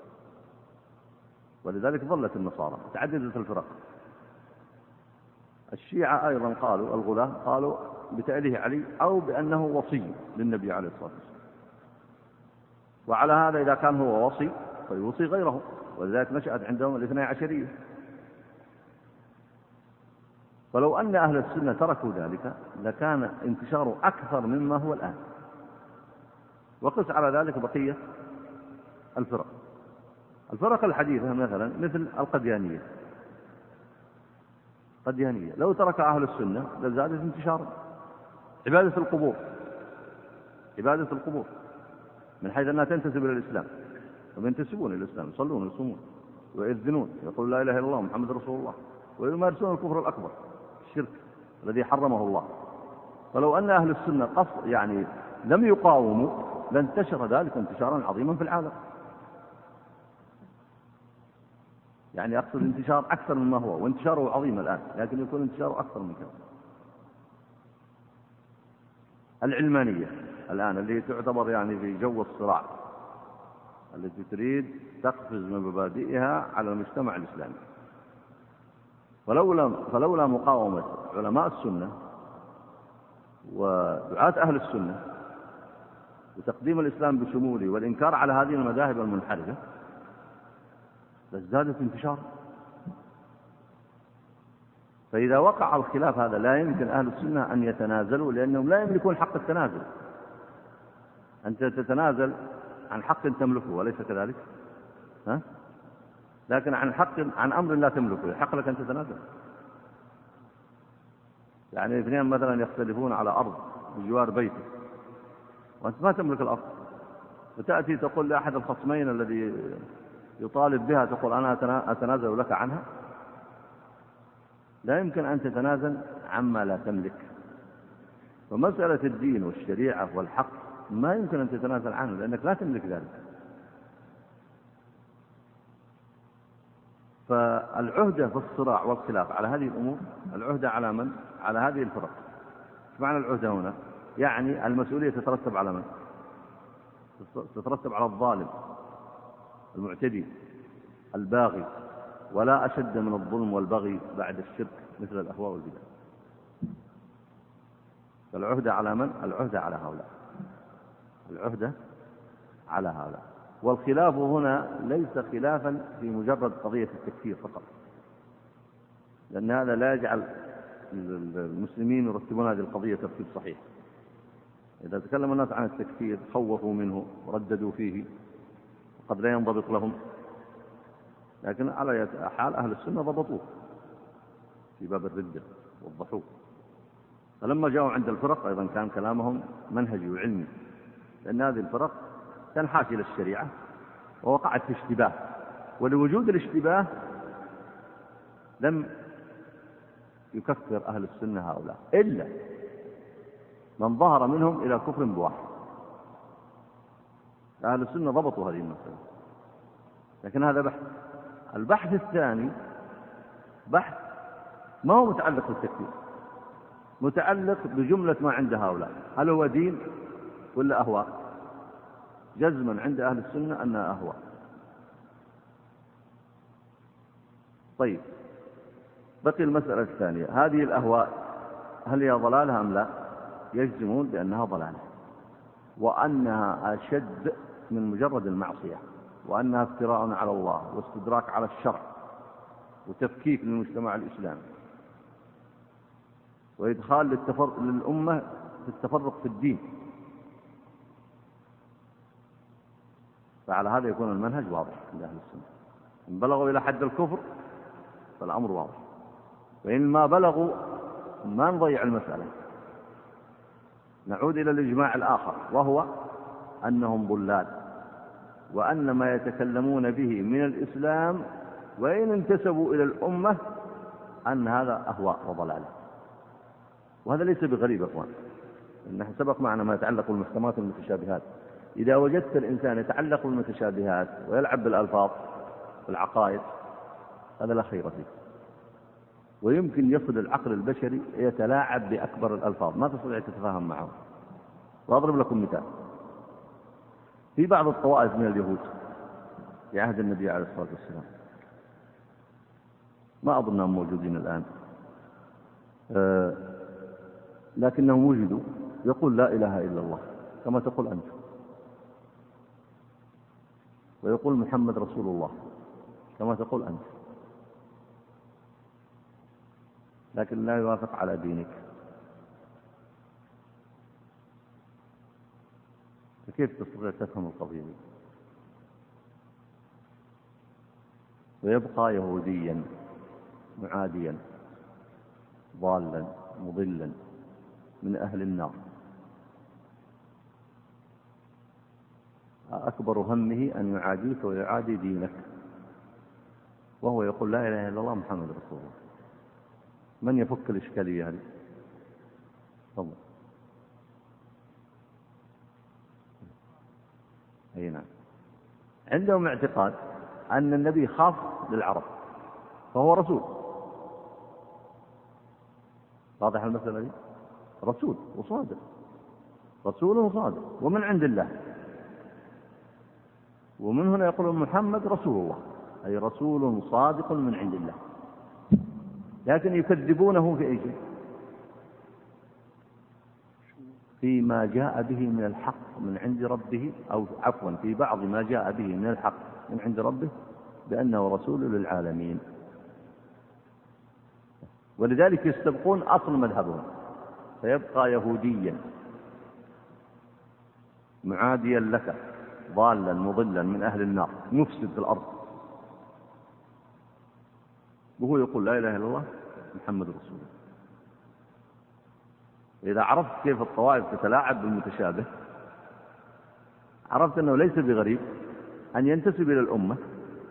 ولذلك ظلت النصارى تعددت الفرق. الشيعة أيضا قالوا الغلاة قالوا بتأليه علي أو بأنه وصي للنبي عليه الصلاة والسلام، وعلى هذا إذا كان هو وصي فيوصي غيره، ولذلك نشأت عندهم الاثنى عشرية. ولو أن أهل السنة تركوا ذلك لكان انتشاره أكثر مما هو الآن. وقس على ذلك بقية الفرق الفرق الحديثة مثلا مثل القديانية. قديانية لو ترك أهل السنة لزادت انتشارا. عبادة القبور عبادة القبور من حيث أنها تنتسب إلى الإسلام، وينتسبون إلى الإسلام، يصلون ويصومون ويؤذنون يقول لا إله إلا الله محمد رسول الله، ويمارسون الكفر الأكبر الشرك الذي حرمه الله. فلو أن أهل السنة قصر يعني لم يقاوموا لانتشر ذلك انتشارا عظيما في العالم. يعني أقصد انتشار أكثر مما هو، وانتشاره عظيم الآن، لكن يكون انتشاره أكثر من كذا. العلمانية الآن اللي تعتبر يعني في جو الصراع، التي تريد تقفز من مبادئها على المجتمع الإسلامي. فلولا, فلولا مقاومة علماء السنة ودعاة أهل السنة وتقديم الإسلام بشموله والإنكار على هذه المذاهب المنحرفة لازدادت انتشار. فإذا وقع الخلاف هذا لا يمكن أهل السنة أن يتنازلوا، لأنهم لا يملكون حق التنازل. أنت تتنازل عن حق تملكه وليس كذلك، ها؟ لكن عن حق عن أمر لا تملكه حق لك أن تتنازل. يعني اثنين مثلا يختلفون على أرض بجوار بيته وأنت ما تملك الأرض، وتأتي تقول لأحد الخصمين الذي يطالب بها تقول أنا أتنازل لك عنها. لا يمكن أن تتنازل عما لا تملك. ومسألة الدين والشريعة والحق ما يمكن أن تتنازل عنه لأنك لا تملك ذلك. فالعهدة في الصراع والخلاف على هذه الأمور، العهدة على من؟ على هذه الفرق. معنى العهدة هنا يعني المسؤولية تترتب على من؟ تترتب على الظالم المعتدي الباغي، ولا أشد من الظلم والبغي بعد الشرك مثل الأهواء والبدع. فالعهدة على من؟ العهدة على هؤلاء، العهدة على هؤلاء. والخلاف هنا ليس خلافا في مجرد قضية التكفير فقط، لأن هذا لا يجعل المسلمين يرتبون هذه القضية ترتيب صحيح. إذا تكلم الناس عن التكفير خوفوا منه ورددوا فيه وقد لا ينضبط لهم، لكن على حال أهل السنة ضبطوه في باب الردة والضحوك. فلما جاءوا عند الفرق أيضا كان كلامهم منهجي وعلمي، لأن هذه الفرق تنحاش إلى الشريعة ووقعت في اشتباه، ولوجود الاشتباه لم يكفر أهل السنة هؤلاء إلا من ظهر منهم إلى كفر بواحد. أهل السنة ضبطوا هذه المسألة، لكن هذا بحث. البحث الثاني بحث ما هو متعلق بالتكفير، متعلق بجملة ما عند هؤلاء، هل هو دين ولا أهواء؟ جزما عند أهل السنة أنها أهواء. طيب، بقي المسألة الثانية، هذه الأهواء هل هي ضلالة أم لا؟ يجزمون بأنها ضلالة، وأنها أشد من مجرد المعصية، وأنها افتراء على الله واستدراك على الشرع وتفكيك للمجتمع الإسلامي وإدخال للتفرق للأمة في التفرق في الدين. فعلى هذا يكون المنهج واضح عند أهل السنة. إن بلغوا إلى حد الكفر فالأمر واضح، وإن ما بلغوا ما نضيع المسألة، نعود إلى الإجماع الآخر، وهو أنهم ضلال، وأن ما يتكلمون به من الإسلام وإن انتسبوا إلى الأمة أن هذا أهواء وضلالة. وهذا ليس بغريب أخوان، إنه سبق معنا ما يتعلق بالمحكمات والمتشابهات. إذا وجدت الإنسان يتعلق بالمتشابهات ويلعب بالألفاظ والعقائد هذا لا خير فيه، ويمكن يصل العقل البشري يتلاعب بأكبر الألفاظ ما تستطيع تتفاهم معه. وأضرب لكم مثال، في بعض الطوائف من اليهود في عهد النبي عليه الصلاة والسلام، ما أظنهم موجودين الآن، أه لكنهم وجدوا، يقول لا إله إلا الله كما تقول أنت، ويقول محمد رسول الله كما تقول أنت، لكن لا يوافق على دينك. فكيف تستطيع تفهم القضية دي؟ ويبقى يهوديا معاديا ضالا مضلا من أهل النار، أكبر همه أن يعاديك ويعادي دينك، وهو يقول لا إله إلا الله محمد رسول الله. من يفك الإشكالية هذه؟ تفضل. أي نعم، عندهم اعتقاد أن النبي خاص للعرب فهو رسول. واضح المسألة دي؟ رسول وصادق، رسول وصادق ومن عند الله، ومن هنا يقول محمد رسول الله، أي رسول صادق من عند الله. لكن يكذبونه في أي شيء؟ فيما جاء به من الحق من عند ربه، أو عفوا في بعض ما جاء به من الحق من عند ربه بأنه رسول للعالمين. ولذلك يستبقون أصل مذهبهم، فيبقى يهوديا معاديا لك ضالا مضلا من أهل النار مفسد في الأرض، وهو يقول لا إله إلا الله محمد رسول الله. إذا عرفت كيف الطوائف تتلاعب بالمتشابه عرفت أنه ليس بغريب أن ينتسب إلى الأمة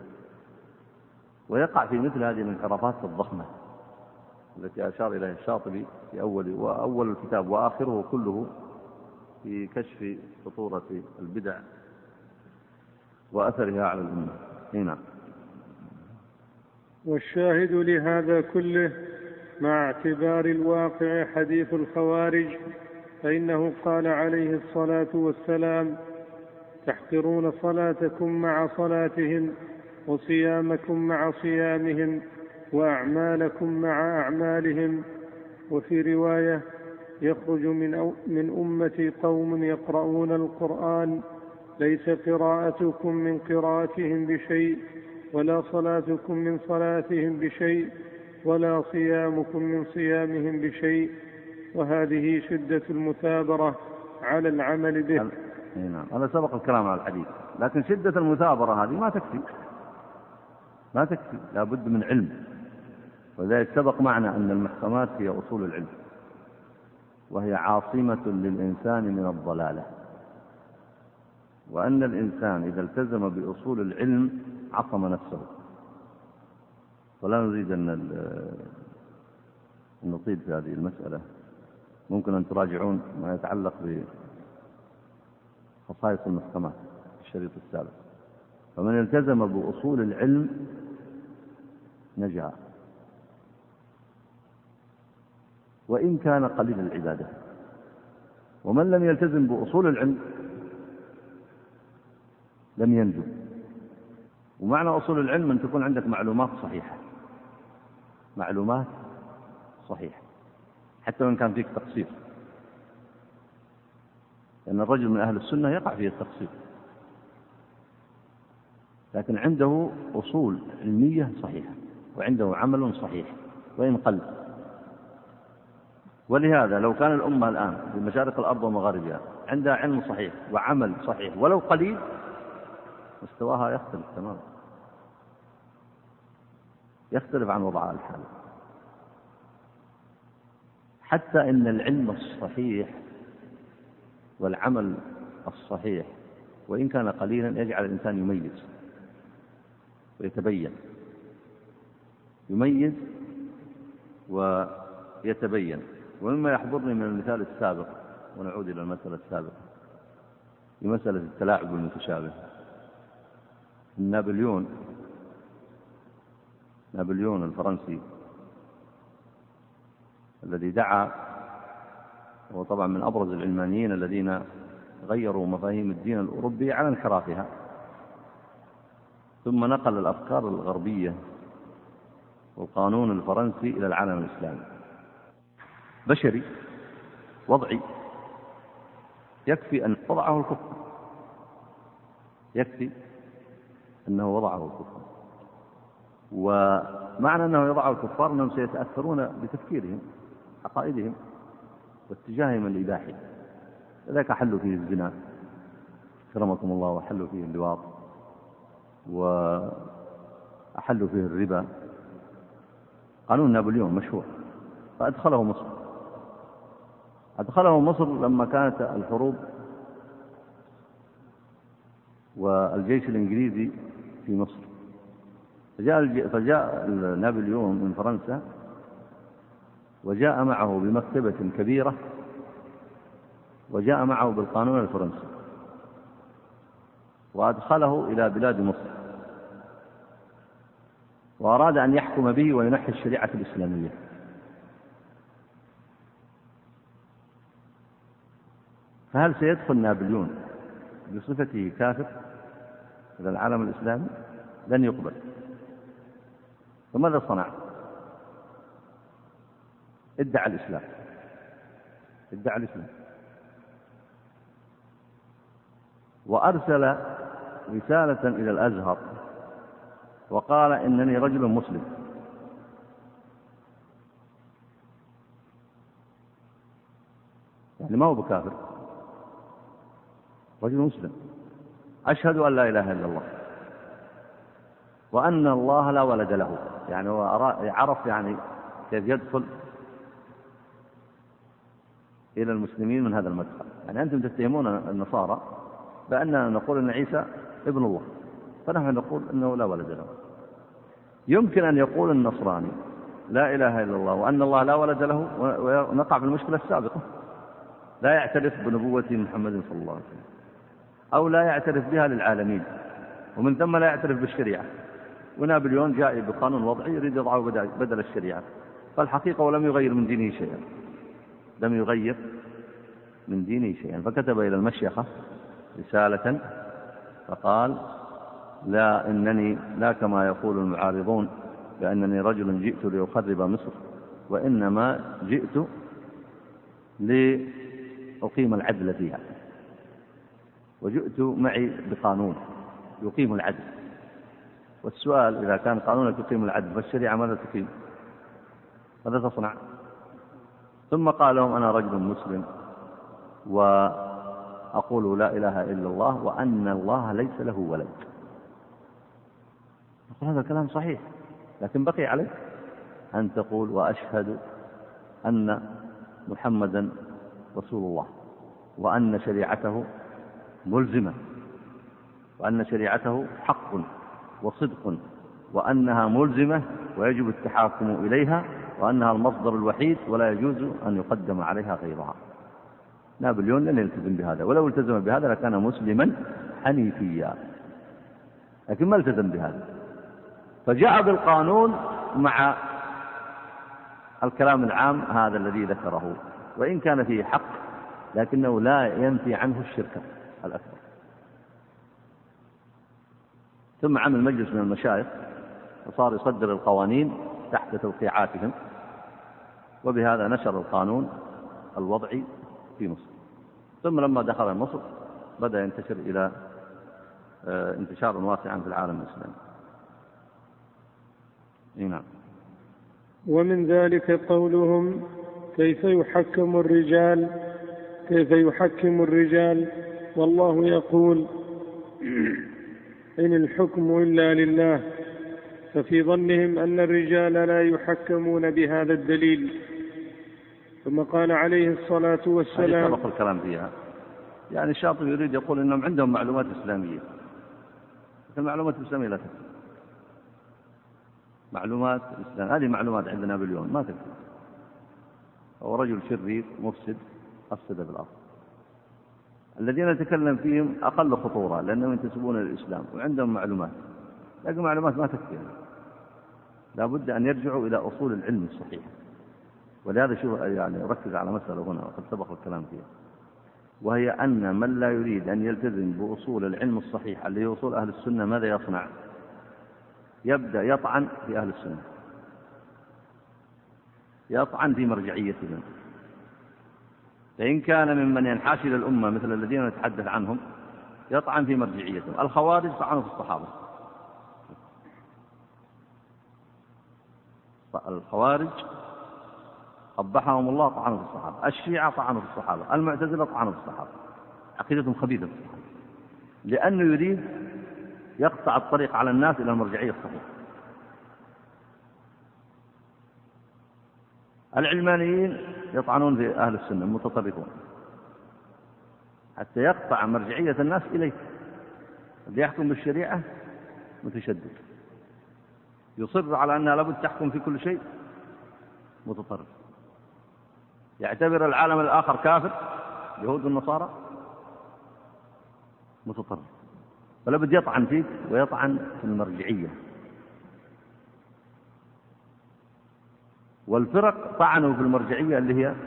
ويقع في مثل هذه الانحرافات الضخمة التي أشار إليها الشاطبي في أول وأول الكتاب وآخره كله في كشف خطورة البدع وأثرها على الأمة. هنا والشاهد لهذا كله مع اعتبار الواقع حديث الخوارج، فإنه قال عليه الصلاة والسلام: تحقرون صلاتكم مع صلاتهم، وصيامكم مع صيامهم، وأعمالكم مع أعمالهم. وفي رواية: يخرج من, من أمتي قوم يقرؤون القرآن ليس قراءتكم من قراءتهم بشيء، ولا صلاتكم من صلاتهم بشيء، ولا صيامكم من صيامهم بشيء. وهذه شدة المثابرة على العمل به. نعم، هذا سبق الكلام على الحديث، لكن شدة المثابرة هذه ما تكفي ما تكفي لا بد من علم. ولذلك سبق معنا أن المحكمات هي أصول العلم، وهي عاصمة للإنسان من الضلالة، وأن الإنسان إذا التزم بأصول العلم عصم نفسه. ولا نريد أن نطيل في هذه المسألة، ممكن أن تراجعون ما يتعلق بخصائص المحكمات في الشريط السابق. فمن التزم بأصول العلم نجا، وإن كان قليل العبادة. ومن لم يلتزم بأصول العلم لم ينجو. ومعنى أصول العلم أن تكون عندك معلومات صحيحة، معلومات صحيحة حتى وإن كان فيك تقصير، لأن الرجل من أهل السنة يقع فيه التقصير، لكن عنده أصول علمية صحيحة وعنده عمل صحيح وإن قل. ولهذا لو كان الأمة الآن في مشارق الأرض ومغاربها عندها علم صحيح وعمل صحيح ولو قليل، مستواها يختلف تماما، يختلف عن وضعها الحالي. حتى إن العلم الصحيح والعمل الصحيح وإن كان قليلا يجعل الإنسان يميز ويتبين، يميز ويتبين. ومما يحضرني من المثال السابق، ونعود إلى المسألة السابقة في مسألة التلاعب بالمتشابه، نابليون نابليون الفرنسي الذي دعا، هو طبعا من أبرز العلمانيين الذين غيروا مفاهيم الدين الأوروبي على انحرافها، ثم نقل الأفكار الغربية والقانون الفرنسي إلى العالم الإسلامي. بشري وضعي، يكفي أن وضعه الكفر، يكفي أنه وضعه الكفر. ومعنى أنه يضعه الكفار أنهم سيتأثرون بتفكيرهم، عقائدهم واتجاههم الإباحي. لذلك حلوا فيه الزنا كرمكم الله، وحلوا فيه اللواط، وأحلوا فيه الربا. قانون نابليون مشهور، فأدخله مصر أدخله مصر لما كانت الحروب والجيش الإنجليزي في مصر. فجاء, فجاء نابليون من فرنسا وجاء معه بمكتبة كبيرة، وجاء معه بالقانون الفرنسي وأدخله إلى بلاد مصر، وأراد أن يحكم به وينحي الشريعة الإسلامية. فهل سيدخل نابليون بصفته كافر إلى العالم الإسلامي؟ لن يقبل. فماذا صنع؟ ادعى الإسلام ادعى الإسلام وأرسل رسالة إلى الأزهر وقال إنني رجل مسلم. يعني ما هو بكافر، رجل مسلم، أشهد أن لا إله إلا الله وأن الله لا ولد له. يعني هو عرف يعني كيف يدخل إلى المسلمين من هذا المدخل. يعني أنتم تتهمون النصارى بأننا نقول أن عيسى ابن الله، فنحن نقول أنه لا ولد له. يمكن أن يقول النصراني لا إله إلا الله وأن الله لا ولد له ونقع في المشكلة السابقة، لا يعترف بنبوة محمد صلى الله عليه وسلم، أو لا يعترف بها للعالمين، ومن ثم لا يعترف بالشريعة. ونابليون جاء بقانون وضعي يريد يضعه بدل الشريعة، فالحقيقة ولم يغير من دينه شيئا، لم يغير من دينه شيئا. فكتب إلى المشيخة رسالة فقال: لا إنني لا كما يقول المعارضون بأنني رجل جئت لأخرب مصر، وإنما جئت لأقيم العدل فيها، وجئت معي بقانون يقيم العدل. والسؤال: إذا كان قانونك يقيم العدل فالشريعة ماذا تقيم؟ ماذا تصنع؟ ثم قال لهم: أنا رجل مسلم وأقول لا إله إلا الله وأن الله ليس له ولد. هذا الكلام صحيح، لكن بقي عليك أن تقول: وأشهد أن محمدا رسول الله، وأن شريعته ملزمة، وأن شريعته حق وصدق، وأنها ملزمة ويجب التحاكم إليها، وأنها المصدر الوحيد ولا يجوز أن يقدم عليها غيرها. نابليون لن يلتزم بهذا، ولو التزم بهذا لكان مسلما حنيفيا، لكن ما التزم بهذا، فجاء بالقانون مع الكلام العام هذا الذي ذكره، وإن كان فيه حق لكنه لا ينفي عنه الشرك الأكبر. ثم عمل مجلس من المشايخ وصار يصدر القوانين تحت توقيعاتهم، وبهذا نشر القانون الوضعي في مصر. ثم لما دخل مصر بدأ ينتشر إلى انتشار واسعا في العالم الإسلامي. نعم. ومن ذلك قولهم: كيف يحكم الرجال كيف يحكم الرجال والله يقول: إن الحكم إلا لله، ففي ظنهم أن الرجال لا يحكمون بهذا الدليل. ثم قال عليه الصلاة والسلام: سبق الكلام فيها، يعني الشاطبي يريد يقول إنهم عندهم معلومات إسلامية، المعلومات الإسلامية لا تكفي. معلومات الإسلام هذه معلومات عند نابليون ما تكفي، هو رجل شرير مفسد أفسد في الأرض. الذين نتكلم فيهم أقل خطورة لأنهم ينتسبون للإسلام وعندهم معلومات، لكن معلومات ما تكفي، لا بد أن يرجعوا إلى أصول العلم الصحيح. ولهذا شو يعني ركز على مسألة هنا وقد سبق الكلام فيها، وهي أن من لا يريد أن يلتزم بأصول العلم الصحيح اللي هي أصول أهل السنة ماذا يصنع؟ يبدأ يطعن في أهل السنة، يطعن في مرجعيتهم. فإن كان ممن ينحاش إلى الأمة مثل الذين نتحدث عنهم يطعن في مرجعيتهم. الخوارج طعنوا في الصحابة، الخوارج قبحهم الله طعنوا في الصحابة، الشيعة طعنوا في الصحابة، المعتزلة طعنوا في الصحابة، عقيدتهم خبيثة في الصحابة، لأنه يريد يقطع الطريق على الناس إلى المرجعية الصحيحة. العلمانيين يطعنون في أهل السنة المتطرفون حتى يقطع مرجعية الناس إليه. اللي يحكم بالشريعة متشدد، يصر على أنها لابد تحكم في كل شيء متطرف، يعتبر العالم الآخر كافر، يهود والنصارى متطرف، فلابد يطعن فيك ويطعن في المرجعية. والفرق طعنوا في المرجعية اللي هي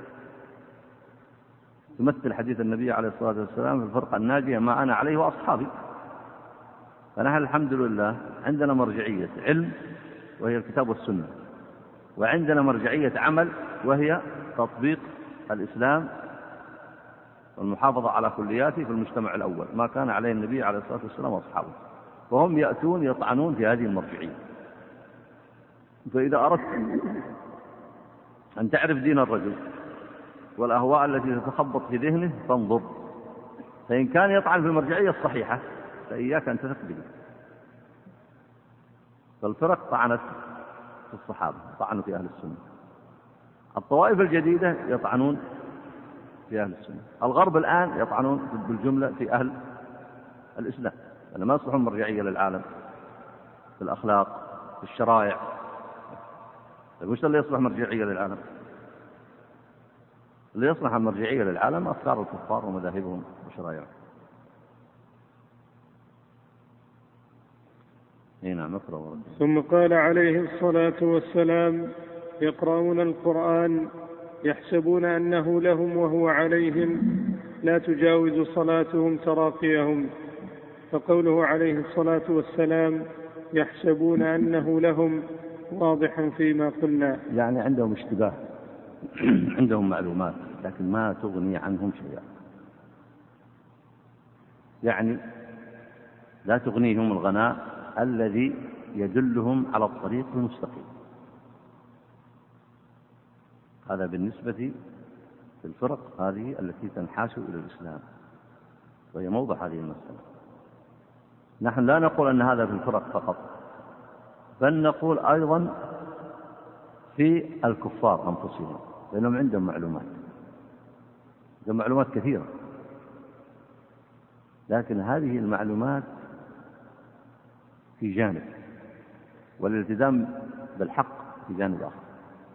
تمثل حديث النبي عليه الصلاة والسلام: في الفرقة الناجية ما أنا عليه وأصحابي. فنحن الحمد لله عندنا مرجعية علم وهي الكتاب والسنة، وعندنا مرجعية عمل وهي تطبيق الإسلام والمحافظة على كلياته في المجتمع الأول ما كان عليه النبي عليه الصلاة والسلام وأصحابه، وهم يأتون يطعنون في هذه المرجعية. فإذا أردت أن تعرف دين الرجل والأهواء التي تتخبط في ذهنه فانظر، فإن كان يطعن في المرجعية الصحيحة فإياك أن تثق به. فالفرق طعنت في الصحابة، طعنوا في أهل السنة. الطوائف الجديدة يطعنون في أهل السنة. الغرب الآن يطعنون بالجملة في أهل الإسلام، لأنه ما يصلحون مرجعية للعالم في الأخلاق في الشرائع. طيب وش اللي يصلح مرجعية للعالم؟ اللي يصلح المرجعية للعالم أفكار الكفار ومذاهبهم وشرائعهم. نعم نقرأ. ثم قال عليه الصلاة والسلام: يقرؤون القرآن يحسبون أنه لهم وهو عليهم، لا تجاوز صلاتهم تراقيهم. فقوله عليه الصلاة والسلام يحسبون أنه لهم واضح فيما قلنا، يعني عندهم اشتباه، عندهم معلومات لكن ما تغني عنهم شيئا، يعني لا تغنيهم الغناء الذي يدلهم على الطريق المستقيم. هذا بالنسبة للفرق هذه التي تنحاش إلى الإسلام، وهي موضح هذه المسألة. نحن لا نقول أن هذا في الفرق فقط، بل نقول أيضا في الكفار أنفسهم، لأنهم عندهم معلومات، عندهم معلومات كثيرة، لكن هذه المعلومات في جانب، والالتزام بالحق في جانب آخر.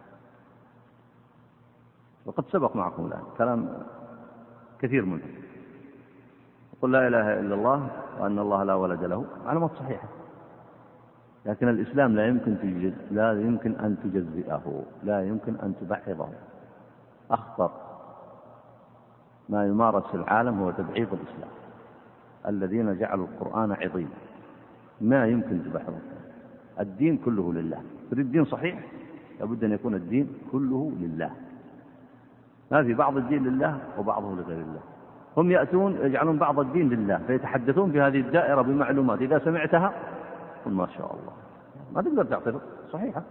وقد سبق معكم الآن كلام كثير منه، يقول لا إله إلا الله وأن الله لا ولد له، معلومات صحيحة، لكن الإسلام لا يمكن تجز... لا يمكن أن تجزئه، لا يمكن أن تبعضه. أخطر ما يمارس في العالم هو تبعيض الإسلام، الذين جعلوا القرآن عظيم، ما يمكن تبعضه. الدين كله لله، تريد دين صحيح لابد أن يكون الدين كله لله، ما في بعض الدين لله وبعضه لغير الله. هم يأتون يجعلون بعض الدين لله، فيتحدثون في هذه الدائرة بمعلومات إذا سمعتها قل ما شاء الله، ما تقدر تعترض، صحيحة.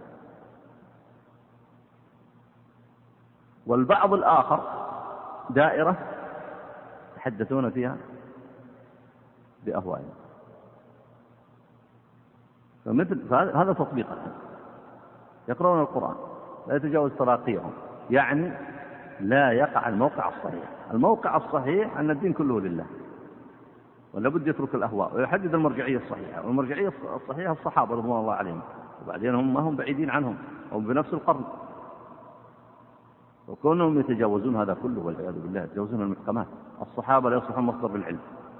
والبعض الآخر دائرة يتحدثون فيها بأهوائهم، فمثل هذا تطبيق. يقرؤون القرآن لا يتجاوز تراقيهم، يعني لا يقع الموقع الصحيح. الموقع الصحيح أن الدين كله لله، ولا بد يترك الأهواء ويحدد المرجعية الصحيحة. والمرجعية الصحيحة الصحابة رضوان الله عليهم، وبعدين هم ما هم بعيدين عنهم، هم بنفس القرن، وكونهم يتجاوزون هذا كله والعياذ بالله، يتجاوزون المحكمات. الصحابة لا يصلحون مصدر للعلم،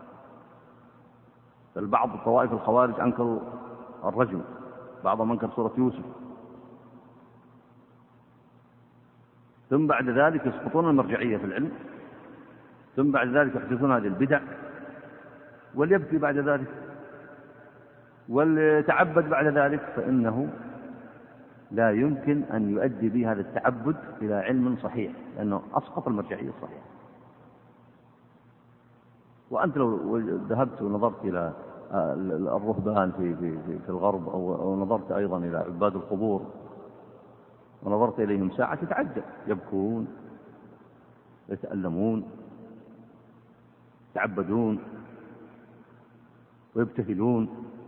بل بعض طوائف الخوارج أنكروا الرجم، بعضهم أنكر سورة يوسف، ثم بعد ذلك يسقطون المرجعية في العلم، ثم بعد ذلك يحدثون هذه البدع، وليبكي بعد ذلك وليتعبد بعد ذلك، فإنه لا يمكن أن يؤدي به هذا التعبد إلى علم صحيح، لأنه أسقط المرجعية الصحيحة. وأنت لو ذهبت ونظرت إلى الرهبان في, في, في الغرب، أو نظرت أيضا إلى عباد القبور ونظرت إليهم ساعة تتعجب، يبكون يتألمون يتعبدون ويبتهلون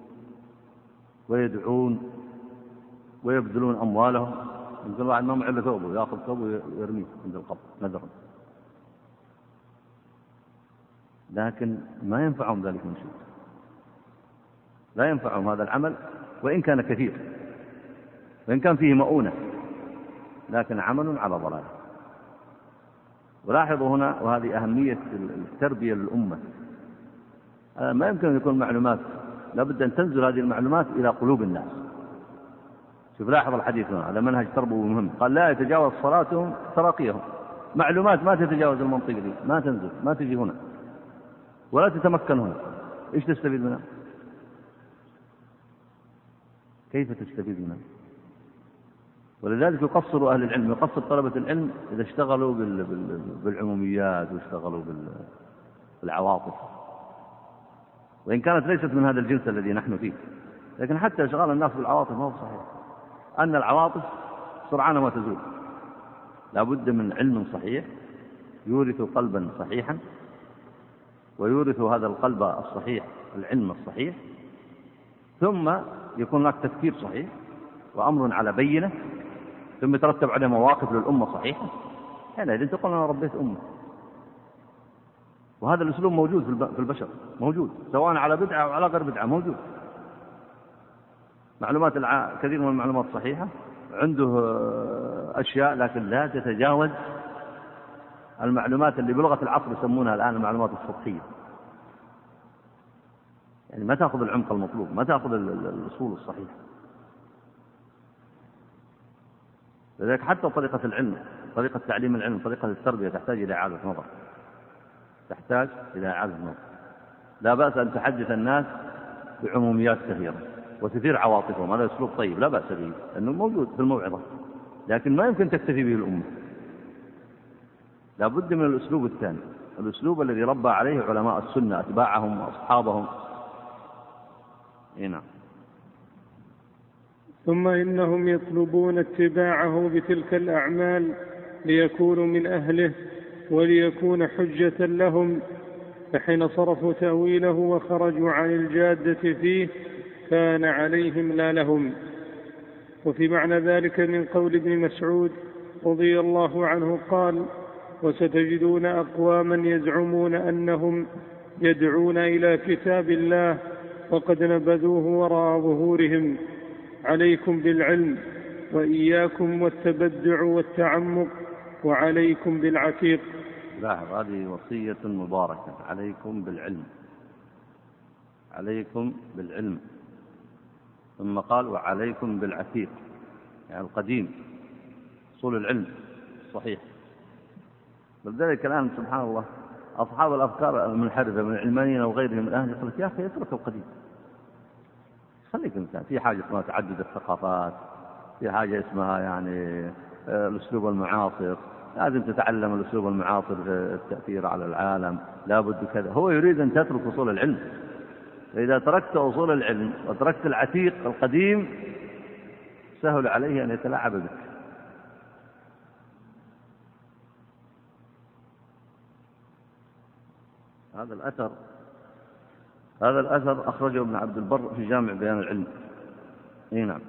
ويدعون ويبذلون أموالهم. يمكن واحد ما معله ثوبه يأخذ ثوبه ويرميه عند القبر نذرا، لكن ما ينفعهم ذلك من شيء، لا ينفعهم هذا العمل وإن كان كثير، وإن كان فيه مؤونة، لكن عمل على ضلال. ولاحظوا هنا، وهذه أهمية التربية للأمة، ما يمكن أن يكون معلومات، لابد أن تنزل هذه المعلومات إلى قلوب الناس. شوف لاحظ الحديث هنا على منهج تربوي مهم، قال لا يتجاوز صلاتهم تراقيهم، معلومات ما تتجاوز المنطق دي، ما تنزل، ما تجي هنا ولا تتمكن هنا، إيش تستفيد منها؟ كيف تستفيد منها؟ ولذلك يقصر أهل العلم، يقصر طلبة العلم إذا اشتغلوا بالعموميات واشتغلوا بالعواطف، وإن كانت ليست من هذا الجنس الذي نحن فيه، لكن حتى إشغال الناس بالعواطف ما هو صحيح، أن العواطف سرعان ما تزول. لا بد من علم صحيح يورث قلبا صحيحا، ويورث هذا القلب الصحيح العلم الصحيح، ثم يكون هناك تفكير صحيح وأمر على بينة، ثم يترتب عليه مواقف للأمة صحيحة. يعني إذا تقول أنا ربيت أمة، وهذا الأسلوب موجود في البشر، موجود سواء على بدعة أو على غير بدعة، موجود. معلومات الع... كثير من المعلومات صحيحة، عنده أشياء لكن لا تتجاوز المعلومات اللي بلغة العصر يسمونها الآن المعلومات السطحية. يعني ما تأخذ العمق المطلوب، ما تأخذ الأصول الصحيحة. لذلك حتى طريقة العلم، طريقة تعليم العلم، طريقة التربية تحتاج إلى إعادة نظر، تحتاج إلى إعادة نظر. لا بأس أن تحدث الناس بعموميات كثيرة وتثير عواطفهم، هذا أسلوب طيب لا بأس به لأنه موجود في الموعظة، لكن ما يمكن تكتفي به الأمة. لا بد من الأسلوب الثاني، الأسلوب الذي ربى عليه علماء السنة أتباعهم وأصحابهم. هنا ثم إنهم يطلبون اتباعه بتلك الأعمال ليكونوا من أهله وليكون حجة لهم، فحين صرفوا تأويله وخرجوا عن الجادة فيه كان عليهم لا لهم. وفي معنى ذلك من قول ابن مسعود رضي الله عنه قال: وستجدون أقواما يزعمون أنهم يدعون إلى كتاب الله وقد نبذوه وراء ظهورهم، عليكم بالعلم وإياكم والتبدع والتعمق وعليكم بالعتيق. لاحظ هذه وصية مباركة، عليكم بالعلم، عليكم بالعلم، ثم قال وعليكم بالعتيق، يعني القديم، أصول العلم الصحيح. لذلك الآن سبحان الله أصحاب الأفكار المنحرفة من العلمانيين وغيرهم من أهل يقول لك يا أخي اترك القديم، خليك إنسان. في حاجة اسمها تعدد الثقافات، في حاجة اسمها يعني الأسلوب المعاصر، لازم تتعلم الأسلوب المعاصر في التأثير على العالم، لا بد كذا. هو يريد أن تترك أصول العلم، فإذا تركت أصول العلم وتركت العتيق القديم سهل عليه أن يتلاعب بك. هذا الأثر هذا الأثر أخرجه ابن عبد البر في جامع بيان العلم. إيه نعم.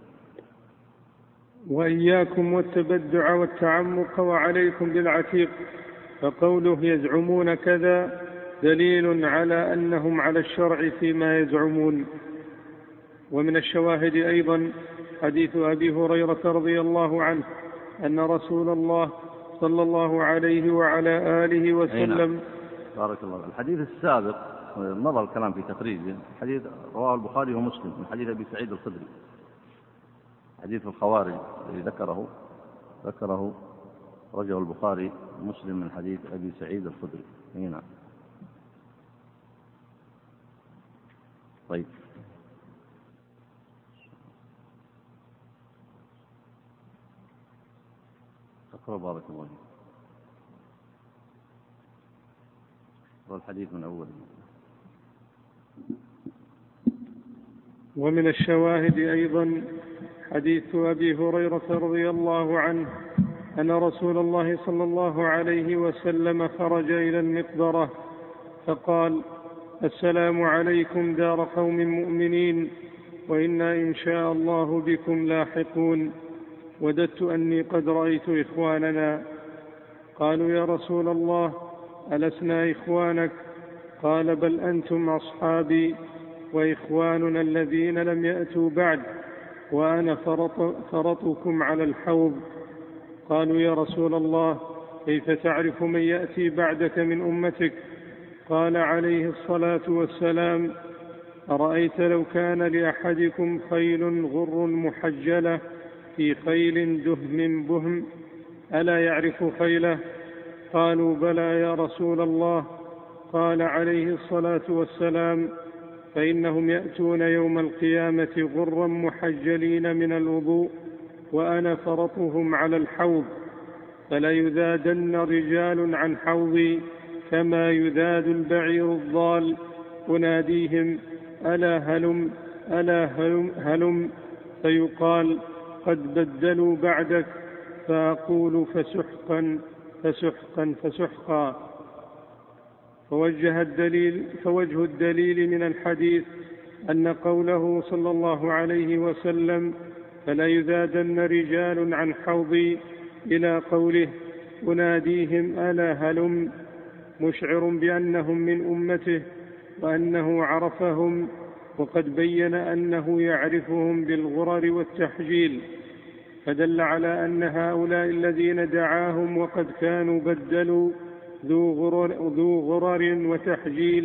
وإياكم والتبدع والتعمق وعليكم بالعتيق، فقوله يزعمون كذا دليل على أنهم على الشرع فيما يزعمون. ومن الشواهد أيضا حديث أبي هريرة رضي الله عنه أن رسول الله صلى الله عليه وعلى آله وسلم. بارك الله. الحديث السابق مضى الكلام في تخريجه، حديث رواه البخاري ومسلم من حديث أبي سعيد الخدري، حديث الخوارج الذي ذكره ذكره رجل البخاري ومسلم من حديث أبي سعيد الخدري. هنا طيب. اقرأ بارك الله فيك. والحديث من أول. ومن الشواهد أيضا حديث أبي هريرة رضي الله عنه أن رسول الله صلى الله عليه وسلم خرج إلى المقبرة فقال: السلام عليكم دار قوم مؤمنين وإنا إن شاء الله بكم لاحقون، وددت أني قد رأيت إخواننا. قالوا: يا رسول الله ألسنا إخوانك؟ قال: بل أنتم أصحابي وإخواننا الذين لم يأتوا بعد، وأنا فرط فرطكم على الحوض. قالوا: يا رسول الله كيف تعرف من يأتي بعدك من أمتك؟ قال عليه الصلاة والسلام: أرأيت لو كان لأحدكم خيل غر محجلة في خيل دهم بهم ألا يعرف خيله؟ قالوا: بلى يا رسول الله. قال عليه الصلاة والسلام: فإنهم يأتون يوم القيامة غرا محجلين من الوضوء وأنا فرطهم على الحوض، فلا يذادن رجال عن حوضي كما يذاد البعير الضال، أناديهم: ألا هلم ألا هلم, هلم فيقال: قد بدلوا بعدك، فأقول: فسحقا فسحقا فسحقا. فوجه الدليل فوجه الدليل من الحديث أن قوله صلى الله عليه وسلم: فلا يذادن رجال عن حوضي، إلى قوله: أناديهم ألا هلم، مشعر بأنهم من أمته وأنه عرفهم، وقد بين أنه يعرفهم بالغرر والتحجيل، فدل على أن هؤلاء الذين دعاهم وقد كانوا بدلوا ذو غرر, ذو غرر وتحجيل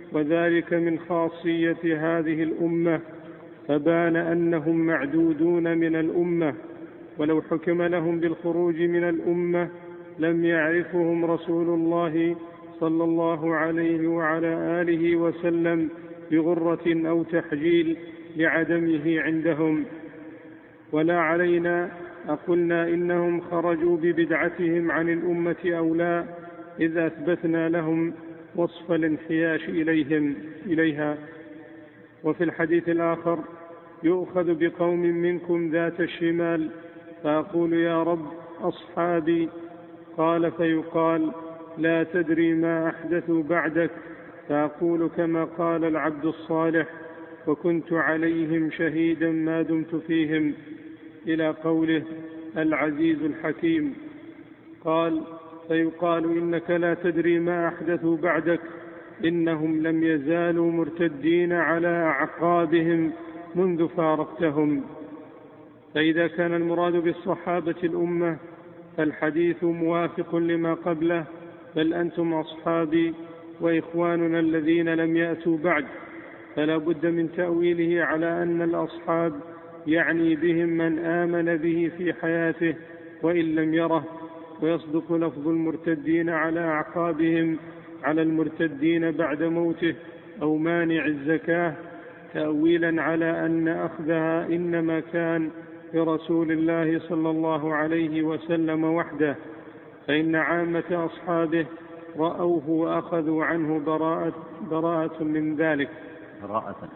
وذلك من خاصية هذه الأمة، فبان أنهم معدودون من الأمة، ولو حكم لهم بالخروج من الأمة لم يعرفهم رسول الله صلى الله عليه وعلى آله وسلم بغرة أو تحجيل لعدمه عندهم. ولا علينا أقلنا إنهم خرجوا ببدعتهم عن الأمة أو لا، إذ أثبتنا لهم وصف الانحياش إليهم إليها. وفي الحديث الآخر: يؤخذ بقوم منكم ذات الشمال فأقول يا رب أصحابي، قال فيقال لا تدري ما أحدثوا بعدك، فأقول كما قال العبد الصالح وكنت عليهم شهيدا ما دمت فيهم، إلى قوله العزيز الحكيم. قال فيقال إنك لا تدري ما أحدثوا بعدك، إنهم لم يزالوا مرتدين على أعقابهم منذ فارقتهم. فإذا كان المراد بالصحابة الأمة فالحديث موافق لما قبله: بل أنتم أصحابي وإخواننا الذين لم يأتوا بعد، فلا بد من تأويله على أن الأصحاب يعني بهم من آمن به في حياته وإن لم يره، ويصدق لفظ المرتدين على أعقابهم على المرتدين بعد موته أو مانع الزكاة، تأويلا على أن أخذها إنما كان لرسول الله صلى الله عليه وسلم وحده، فإن عامة أصحابه رأوه وأخذوا عنه براءة, براءة من ذلك. براءة.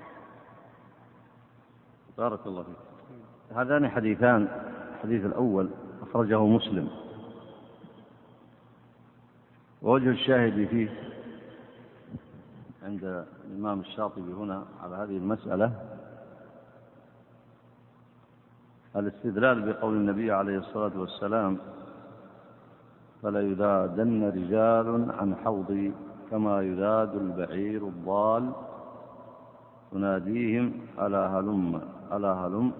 بارك الله فيك. هذان حديثان، الحديث الأول أخرجه مسلم، ووجه الشاهد فيه عند الإمام الشاطبي هنا على هذه المسألة الاستدلال بقول النبي عليه الصلاة والسلام: فلا يذادن رجال عن حوضي كما يذاد البعير الضال تناديهم ألا هلم ألا هلم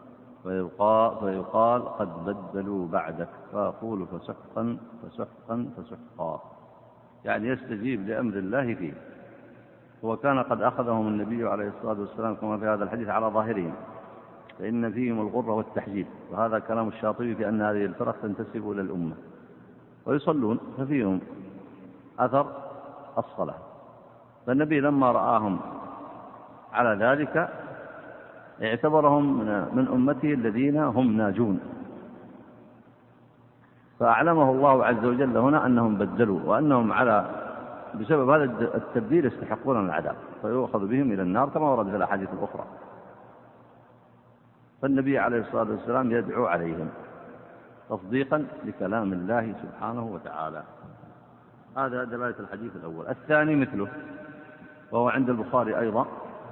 فيقال قد بدلوا بعدك، فأقول فسحقا فسحقا فسحقا، يعني يستجيب لأمر الله فيه. هو كان قد أخذهم النبي عليه الصلاة والسلام كما في هذا الحديث على ظاهرهم، فإن فيهم الغرة والتحجيب، وهذا كلام الشاطبي في أن هذه الفرق تنتسب إلى الأمة، ويصلون ففيهم أثر الصلاة. فالنبي لما رآهم على ذلك اعتبرهم من أمته الذين هم ناجون، فأعلمه الله عز وجل هنا أنهم بدلوا، وأنهم على بسبب هذا التبديل يستحقون العذاب، فيؤخذ بهم إلى النار كما ورد في الأحاديث الأخرى. فالنبي عليه الصلاة والسلام يدعو عليهم تصديقا لكلام الله سبحانه وتعالى. هذا دلالة الحديث الأول. الثاني مثله، وهو عند البخاري أيضا،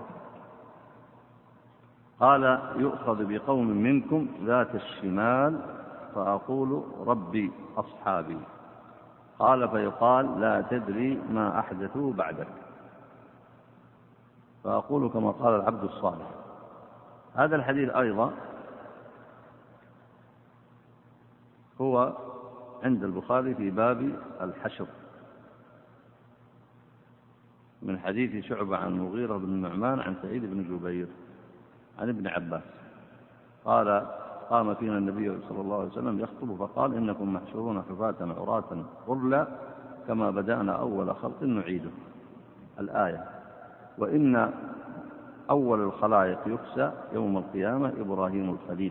قال: يؤخذ بقوم منكم ذات الشمال فأقول ربي أصحابي، قال فيقال لا تدري ما أحدثوا بعدك، فأقول كما قال العبد الصالح. هذا الحديث أيضا هو عند البخاري في باب الحشر من حديث شعبة عن مغيرة بن النعمان عن سعيد بن جبير عن ابن عباس قال: قام فينا النبي صلى الله عليه وسلم يخطب فقال: إنكم محشورون حفاة عراة غرلا كما بدأنا أول خلق نعيده، الآية. وإن أول الخلائق يكسى يوم القيامة إبراهيم الخليل،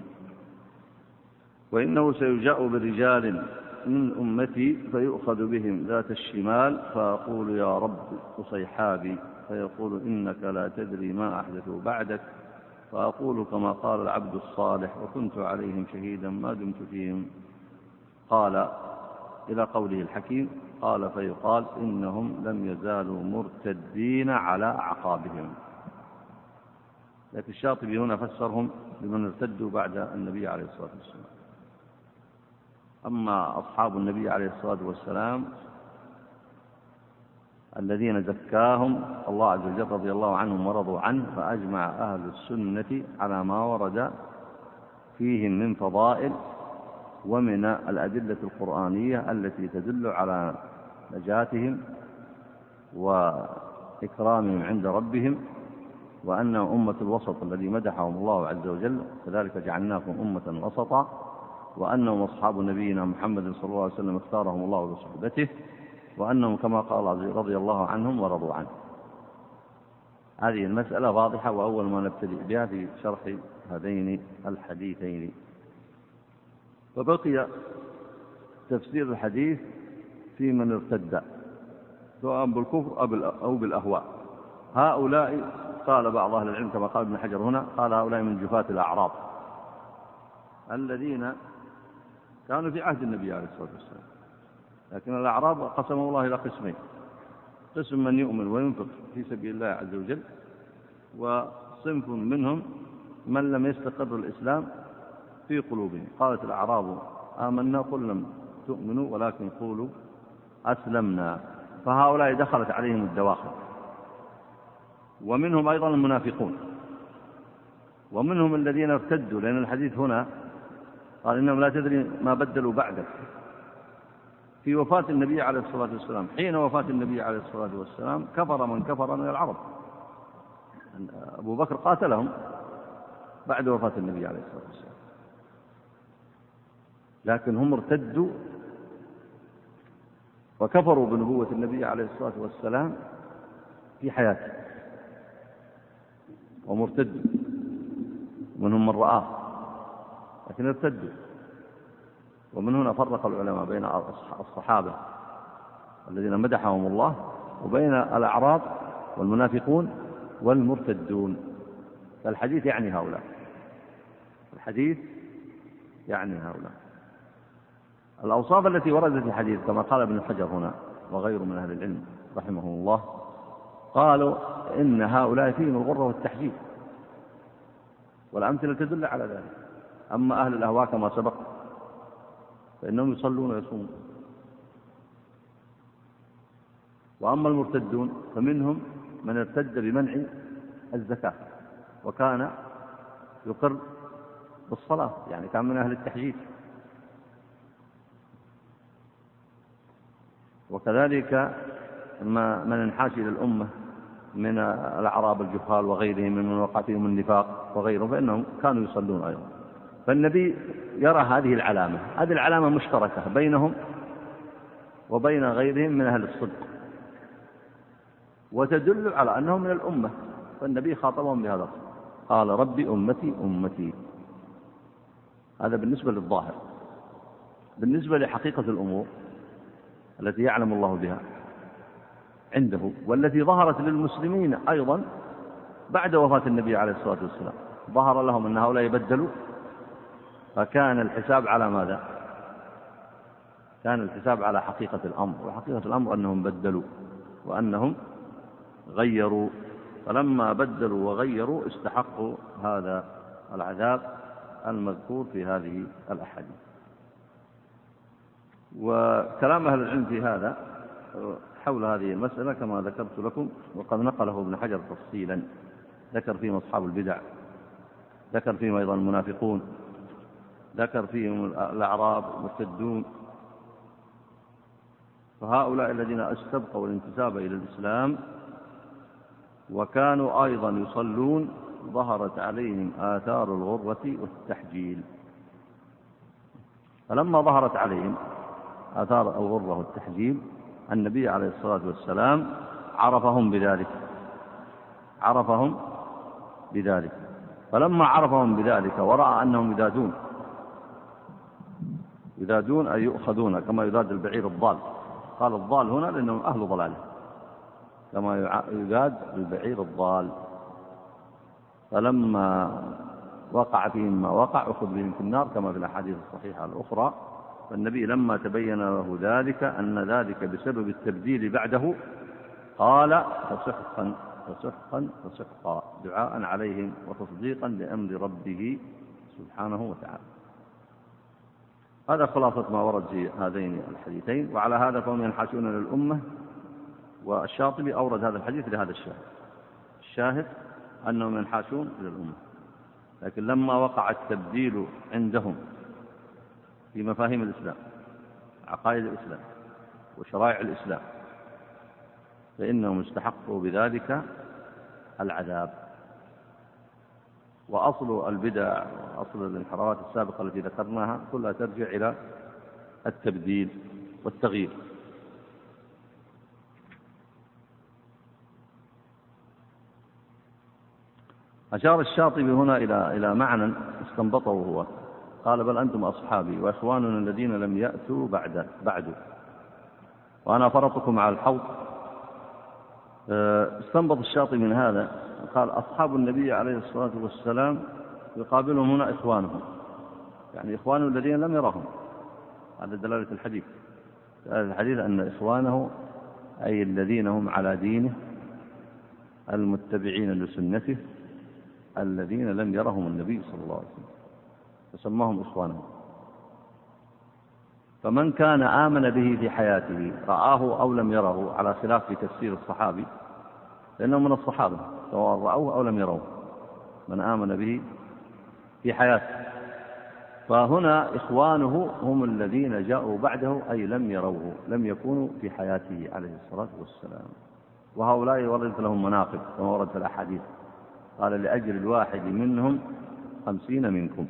وإنه سيجاء برجال من أمتي فيؤخذ بهم ذات الشمال فأقول يا رب أصيحابي، فيقول إنك لا تدري ما أحدثوا بعدك، فأقول كما قال العبد الصالح وكنت عليهم شهيدا ما دمت فيهم، قال إلى قوله الحكيم، قال فيقال إنهم لم يزالوا مرتدين على أعقابهم. لكن الشاطبي هنا فسرهم بمن ارتدوا بعد النبي عليه الصلاة والسلام. أما أصحاب النبي عليه الصلاة والسلام الذين زكاهم الله عز وجل رضي الله عنهم ورضوا عنه، فأجمع أهل السنة على ما ورد فيهم من فضائل ومن الأدلة القرآنية التي تدل على نجاتهم إكرامهم عند ربهم وأنهم أمة الوسط الذي مدحهم الله عز وجل، كذلك جعلناكم أمة وسطا، وأنهم أصحاب نبينا محمد صلى الله عليه وسلم اختارهم الله لصحبته، وأنهم كما قال رضي الله عنهم ورضوا عنه. هذه المسألة واضحة، وأول ما نبتدئ بها في شرح هذين الحديثين. وبقي تفسير الحديث في من ارتد سواء بالكفر أو بالأهواء. هؤلاء قال بعض أهل العلم كما قال ابن حجر هنا، قال هؤلاء من جفاة الأعراب الذين كانوا في عهد النبي عليه الصلاة والسلام، لكن الأعراب قسموا الله إلى قسمين: قسم من يؤمن وينفق في سبيل الله عز وجل، وصنف منهم من لم يستقر الإسلام في قلوبهم. قالت الأعراب آمنا قل لم تؤمنوا ولكن قولوا أسلمنا. فهؤلاء دخلت عليهم الدواخل، ومنهم أيضا المنافقون، ومنهم الذين ارتدوا، لأن الحديث هنا قال إنهم لا تدري ما بدلوا بعدك. في وفاة النبي عليه الصلاة والسلام، حين وفاة النبي عليه الصلاة والسلام كفر من كفر من العرب. أبو بكر قاتلهم بعد وفاة النبي عليه الصلاة والسلام، لكن هم ارتدوا وكفروا بنبوة النبي عليه الصلاة والسلام في حياته، ومرتدوا منهم من رآه لكن ارتدوا. ومن هنا فرق العلماء بين الصحابة الذين مدحهم الله وبين الأعراب والمنافقون والمرتدون. فالحديث يعني هؤلاء، الحديث يعني هؤلاء. الأوصاف التي وردت في الحديث كما قال ابن حجر هنا وغيره من أهل العلم رحمه الله، قالوا إن هؤلاء فيهم الغرة والتحجيل، والأمثلة تدل على ذلك. أما أهل الأهواء كما سبق فإنهم يصلون ويصومون، وأما المرتدون فمنهم من ارتد بمنع الزكاة وكان يقر بالصلاة، يعني كان من أهل التحجيل. وكذلك من انحاش إلى الأمة من الأعراب الجهال وغيرهم من وقع فيهم النفاق وغيرهم، فإنهم كانوا يصلون أيضا. فالنبي يرى هذه العلامة، هذه العلامة مشتركة بينهم وبين غيرهم من أهل الصدق، وتدل على أنهم من الأمة. فالنبي خاطبهم بهذا، قال ربي أمتي أمتي. هذا بالنسبة للظاهر. بالنسبة لحقيقة الأمور التي يعلم الله بها عنده والتي ظهرت للمسلمين أيضا بعد وفاة النبي عليه الصلاة والسلام، ظهر لهم أن هؤلاء يبدلوا، فكان الحساب على ماذا؟ كان الحساب على حقيقة الأمر، وحقيقة الأمر أنهم بدلوا وأنهم غيروا، فلما بدلوا وغيروا استحقوا هذا العذاب المذكور في هذه الأحاديث. وكلام أهل العلم في هذا حول هذه المسألة كما ذكرت لكم، وقد نقله ابن حجر تفصيلا، ذكر فيهم أصحاب البدع، ذكر فيهم أيضا المنافقون، ذكر فيهم الأعراب المرتدون. فهؤلاء الذين استبقوا الانتساب إلى الإسلام وكانوا أيضا يصلون ظهرت عليهم آثار الغرة والتحجيل. فلما ظهرت عليهم آثار الغرة والتحجيل النبي عليه الصلاة والسلام عرفهم بذلك عرفهم بذلك فلما عرفهم بذلك ورأى أنهم يذادون يذادون أي يؤخذون كما يذاد البعير الضال. قال الضال هنا لأنهم أهل ضلاله، كما يذاد البعير الضال. فلما وقع فيهم ما وقع أخذ بهم في النار كما في الأحاديث الصحيحة الأخرى. فالنبي لما تبين له ذلك أن ذلك بسبب التبديل بعده قال فسحقا فسحقا فسحقا دعاء عليهم وتصديقا لأمر ربه سبحانه وتعالى. هذا خلاصة ما ورد في هذين الحديثين. وعلى هذا فهم ينحاشون للأمة. والشاطبي أورد هذا الحديث لهذا الشاهد الشاهد أنهم ينحاشون للأمة، لكن لما وقع التبديل عندهم في مفاهيم الإسلام، عقائد الإسلام وشرائع الإسلام، فإنهم استحقوا بذلك العذاب. وأصل البدع وأصل الانحرافات السابقة التي ذكرناها كلها ترجع إلى التبديل والتغيير. أشار الشاطبي هنا إلى إلى معنى استنبطه هو، قال: بل أنتم أصحابي وإخواننا الذين لم يأتوا بعد بعد وأنا فرطكم على الحوض. استنبط الشاطبي من هذا، قال: أصحاب النبي عليه الصلاة والسلام يقابلهم هنا إخوانهم، يعني إخوانه الذين لم يرهم. هذا دلالة الحديث. دلالة الحديث أن إخوانه أي الذين هم على دينه المتبعين لسنته الذين لم يرهم النبي صلى الله عليه وسلم، فسماهم إخوانه. فمن كان آمن به في حياته رآه أو لم يره، على خلاف في تفسير الصحابي، لأنه من الصحابة سواء رأوه أو لم يروه، من آمن به في حياته. فهنا إخوانه هم الذين جاءوا بعده أي لم يروه، لم يكونوا في حياته عليه الصلاة والسلام. وهؤلاء وردت لهم مناقب كما ورد في الأحاديث، قال: لأجر الواحد منهم خمسين منكم.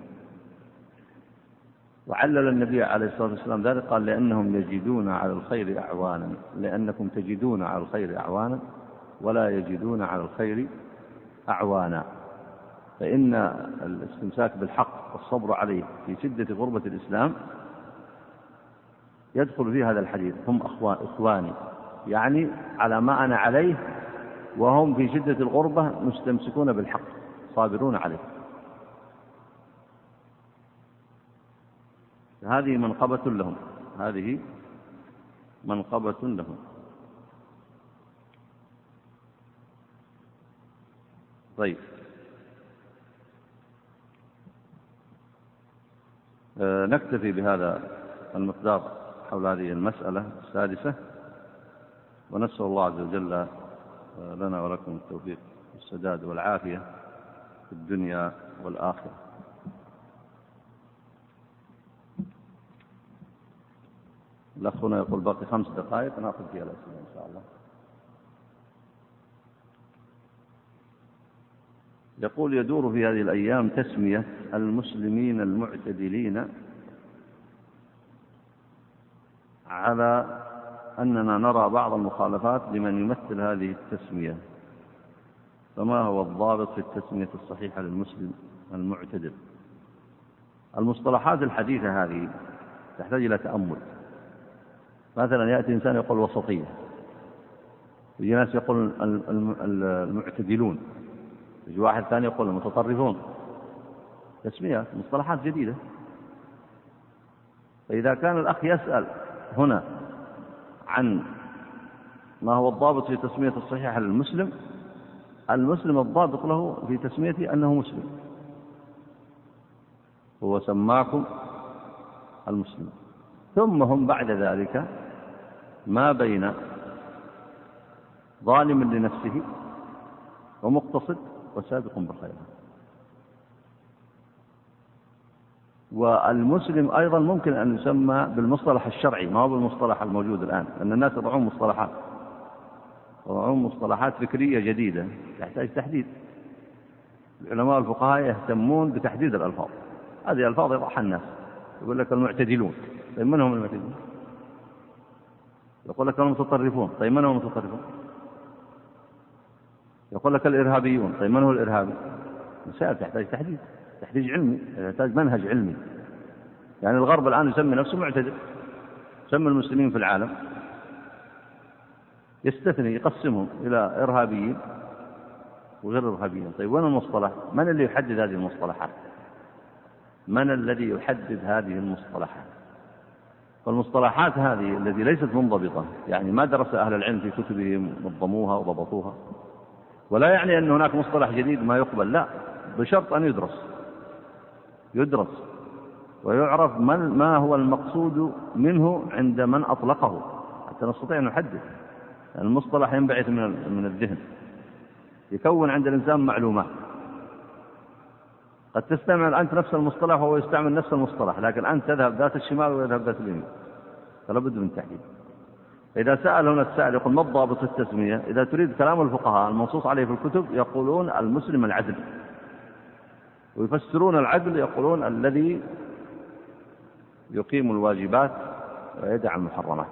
وعلل النبي عليه الصلاة والسلام ذلك، قال: لأنهم يجدون على الخير أعوانا، لأنكم تجدون على الخير أعوانا ولا يجدون على الخير أعوانا. فإن الاستمساك بالحق والصبر عليه في شدة غربة الإسلام يدخل في هذا الحديث. هم إخواني، يعني على ما أنا عليه، وهم في شدة الغربة مستمسكون بالحق صابرون عليه. هذه منقبة لهم، هذه منقبة لهم. طيب، آه نكتفي بهذا المقدار حول هذه المسألة السادسة، ونسأل الله عز وجل لنا ولكم التوفيق والسداد والعافية في الدنيا والآخرة. الأخ هنا يقول: باقي خمس دقائق نأخذ فيها الأسئلة إن شاء الله. يقول: يدور في هذه الأيام تسمية المسلمين المعتدلين على أننا نرى بعض المخالفات لمن يمثل هذه التسمية، فما هو الضابط في التسمية الصحيحة للمسلم المعتدل؟ المصطلحات الحديثة هذه تحتاج إلى تأمل. مثلا يأتي إنسان يقول وسطية، ويجي ناس يقول المعتدلون، يجي واحد ثاني يقول المتطرفون. تسميات مصطلحات جديدة. فإذا كان الأخ يسأل هنا عن ما هو الضابط في تسمية الصحيحة للمسلم، المسلم الضابط له في تسميته أنه مسلم، هو سماكم المسلم. ثم هم بعد ذلك ما بين ظالم لنفسه ومقتصد وسابق بالخيرات. والمسلم أيضا ممكن أن يسمى بالمصطلح الشرعي، ما هو بالمصطلح الموجود الآن، لأن الناس يضعون مصطلحات يضعون مصطلحات فكرية جديدة تحتاج تحديد. العلماء والفقهاء يهتمون بتحديد الألفاظ. هذه ألفاظ يضعها الناس، يقول لك المعتدلون، طيب من هم المعتدلون؟ يقول لك المتطرفون، طيب من هم المتطرفون؟ يقول لك الإرهابيون، طيب من هو الإرهابي؟ مسائل تحتاج تحديد، تحديد علمي، تحتاج منهج علمي. يعني الغرب الآن يسمي نفسه معتدل، يسمي المسلمين في العالم، يستثني يقسمهم إلى إرهابيين وغير إرهابيين. طيب وين المصطلح؟ من اللي يحدد هذه المصطلحات؟ من الذي يحدد هذه المصطلحات؟ فالمصطلحات هذه التي ليست منضبطة، يعني ما درس أهل العلم في كتبهم نظموها وضبطوها، ولا يعني أن هناك مصطلح جديد ما يقبل، لا، بشرط أن يدرس يدرس ويعرف من ما هو المقصود منه عند من أطلقه حتى نستطيع أن نحدد. يعني المصطلح ينبعث من من الذهن، يكون عند الإنسان معلومات. قد تستعمل أنت نفس المصطلح وهو يستعمل نفس المصطلح، لكن أنت تذهب ذات الشمال ويذهب ذات اليمين، فلا بد من تحديد. إذا سأل هنا السائل يقول ما الضابط التسمية؟ إذا تريد كلام الفقهاء المنصوص عليه في الكتب يقولون المسلم العدل، ويفسرون العدل يقولون الذي يقيم الواجبات ويدع المحرمات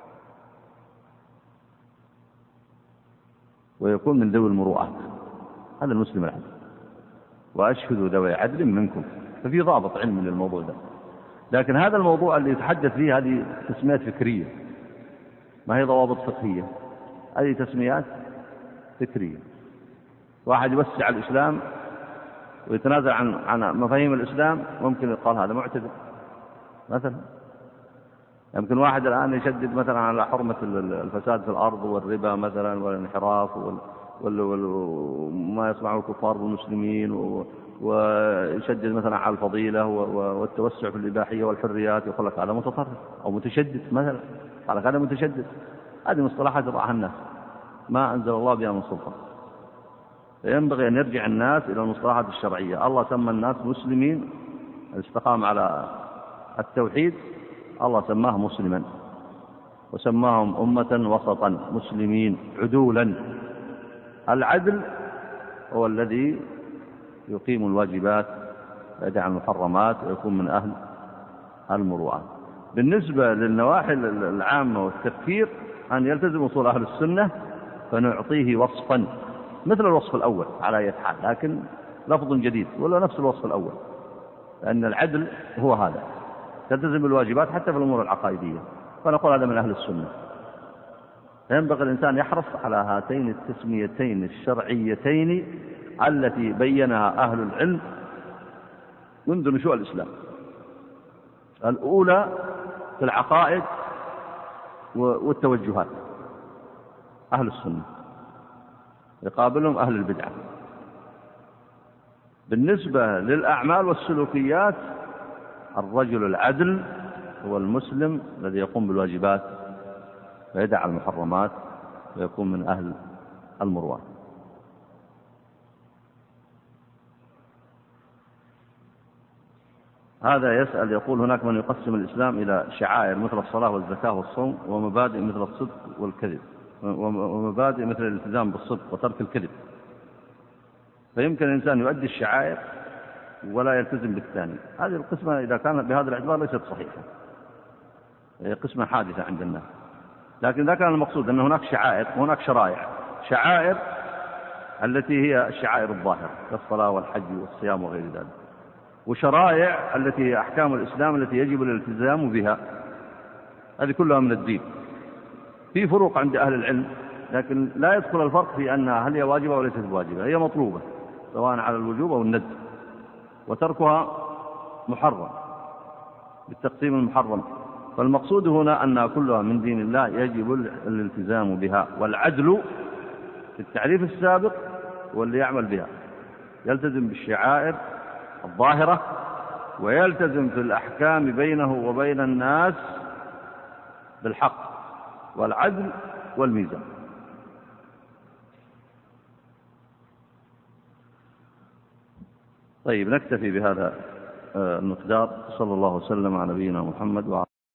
ويكون من ذوي المروءات، هذا المسلم العدل. وأشهدوا ذوي عدل منكم، ففي ضابط علمي للموضوع ده. لكن هذا الموضوع اللي يتحدث فيه هذه تسميات فكرية، ما هي ضوابط فقهية، هذه تسميات فكرية. واحد يوسع الإسلام ويتنازل عن عن مفاهيم الإسلام، ممكن يقال هذا معتدل مثلا. يمكن واحد الآن يشدد مثلا على حرمة الفساد في الأرض والربا مثلا والانحراف وما يصنعه الكفار بالمسلمين، ويشدد مثلا على الفضيلة والتوسع في الإباحية والحريات، يقول لك هذا متطرف أو متشدد مثلا، قال لك هذا متشدد. هذه مصطلحات يضعها الناس ما أنزل الله بها من سلطان. فينبغي أن يرجع الناس إلى المصطلحات الشرعية. الله سمى الناس مسلمين، الاستقام على التوحيد الله سماه مسلما، وسماهم أمة وسطا مسلمين عدولا. العدل هو الذي يقيم الواجبات ويدع المحرمات ويكون من أهل المروءة. بالنسبة للنواحي العامة والتفكير أن يلتزم أصول أهل السنة، فنعطيه وصفا مثل الوصف الأول على أي حال، لكن لفظ جديد ولا نفس الوصف الأول، لأن العدل هو هذا، تلتزم بالواجبات حتى في الأمور العقائدية، فنقول هذا من أهل السنة. فينبغي الإنسان يحرص على هاتين التسميتين الشرعيتين التي بينها أهل العلم منذ نشوء الإسلام. الأولى في العقائد والتوجهات أهل السنة، يقابلهم أهل البدعة. بالنسبة للأعمال والسلوكيات الرجل العدل هو المسلم الذي يقوم بالواجبات ويدع المحرمات ويكون من أهل المروءة. هذا يسأل يقول هناك من يقسم الإسلام إلى شعائر مثل الصلاة والزكاة والصوم، ومبادئ مثل الصدق والكذب، ومبادئ مثل الالتزام بالصدق وترك الكذب. فيمكن الإنسان يؤدي الشعائر ولا يلتزم بالثاني. هذه القسمة إذا كانت بهذا الاعتبار ليست صحيحة، هي قسمة حادثة عند الناس. لكن إذا كان المقصود أن هناك شعائر وهناك شرائع، شعائر التي هي الشعائر الظاهرة كالصلاة والحج والصيام وغير ذلك، وشرائع التي هي أحكام الإسلام التي يجب الالتزام بها، هذه كلها من الدين. في فروق عند أهل العلم، لكن لا يدخل الفرق في أنها هل هي واجبة أو ليست واجبة، هي مطلوبة سواء على الوجوب أو الندب، وتركها محرم بالتقسيم المحرم. فالمقصود هنا أنها كلها من دين الله يجب الالتزام بها. والعدل في التعريف السابق هو اللي يعمل بها، يلتزم بالشعائر الظاهرة ويلتزم في الأحكام بينه وبين الناس بالحق والعدل والميزان. طيب، نكتفي بهذا المقدار. صلى الله وسلم على نبينا محمد وعلى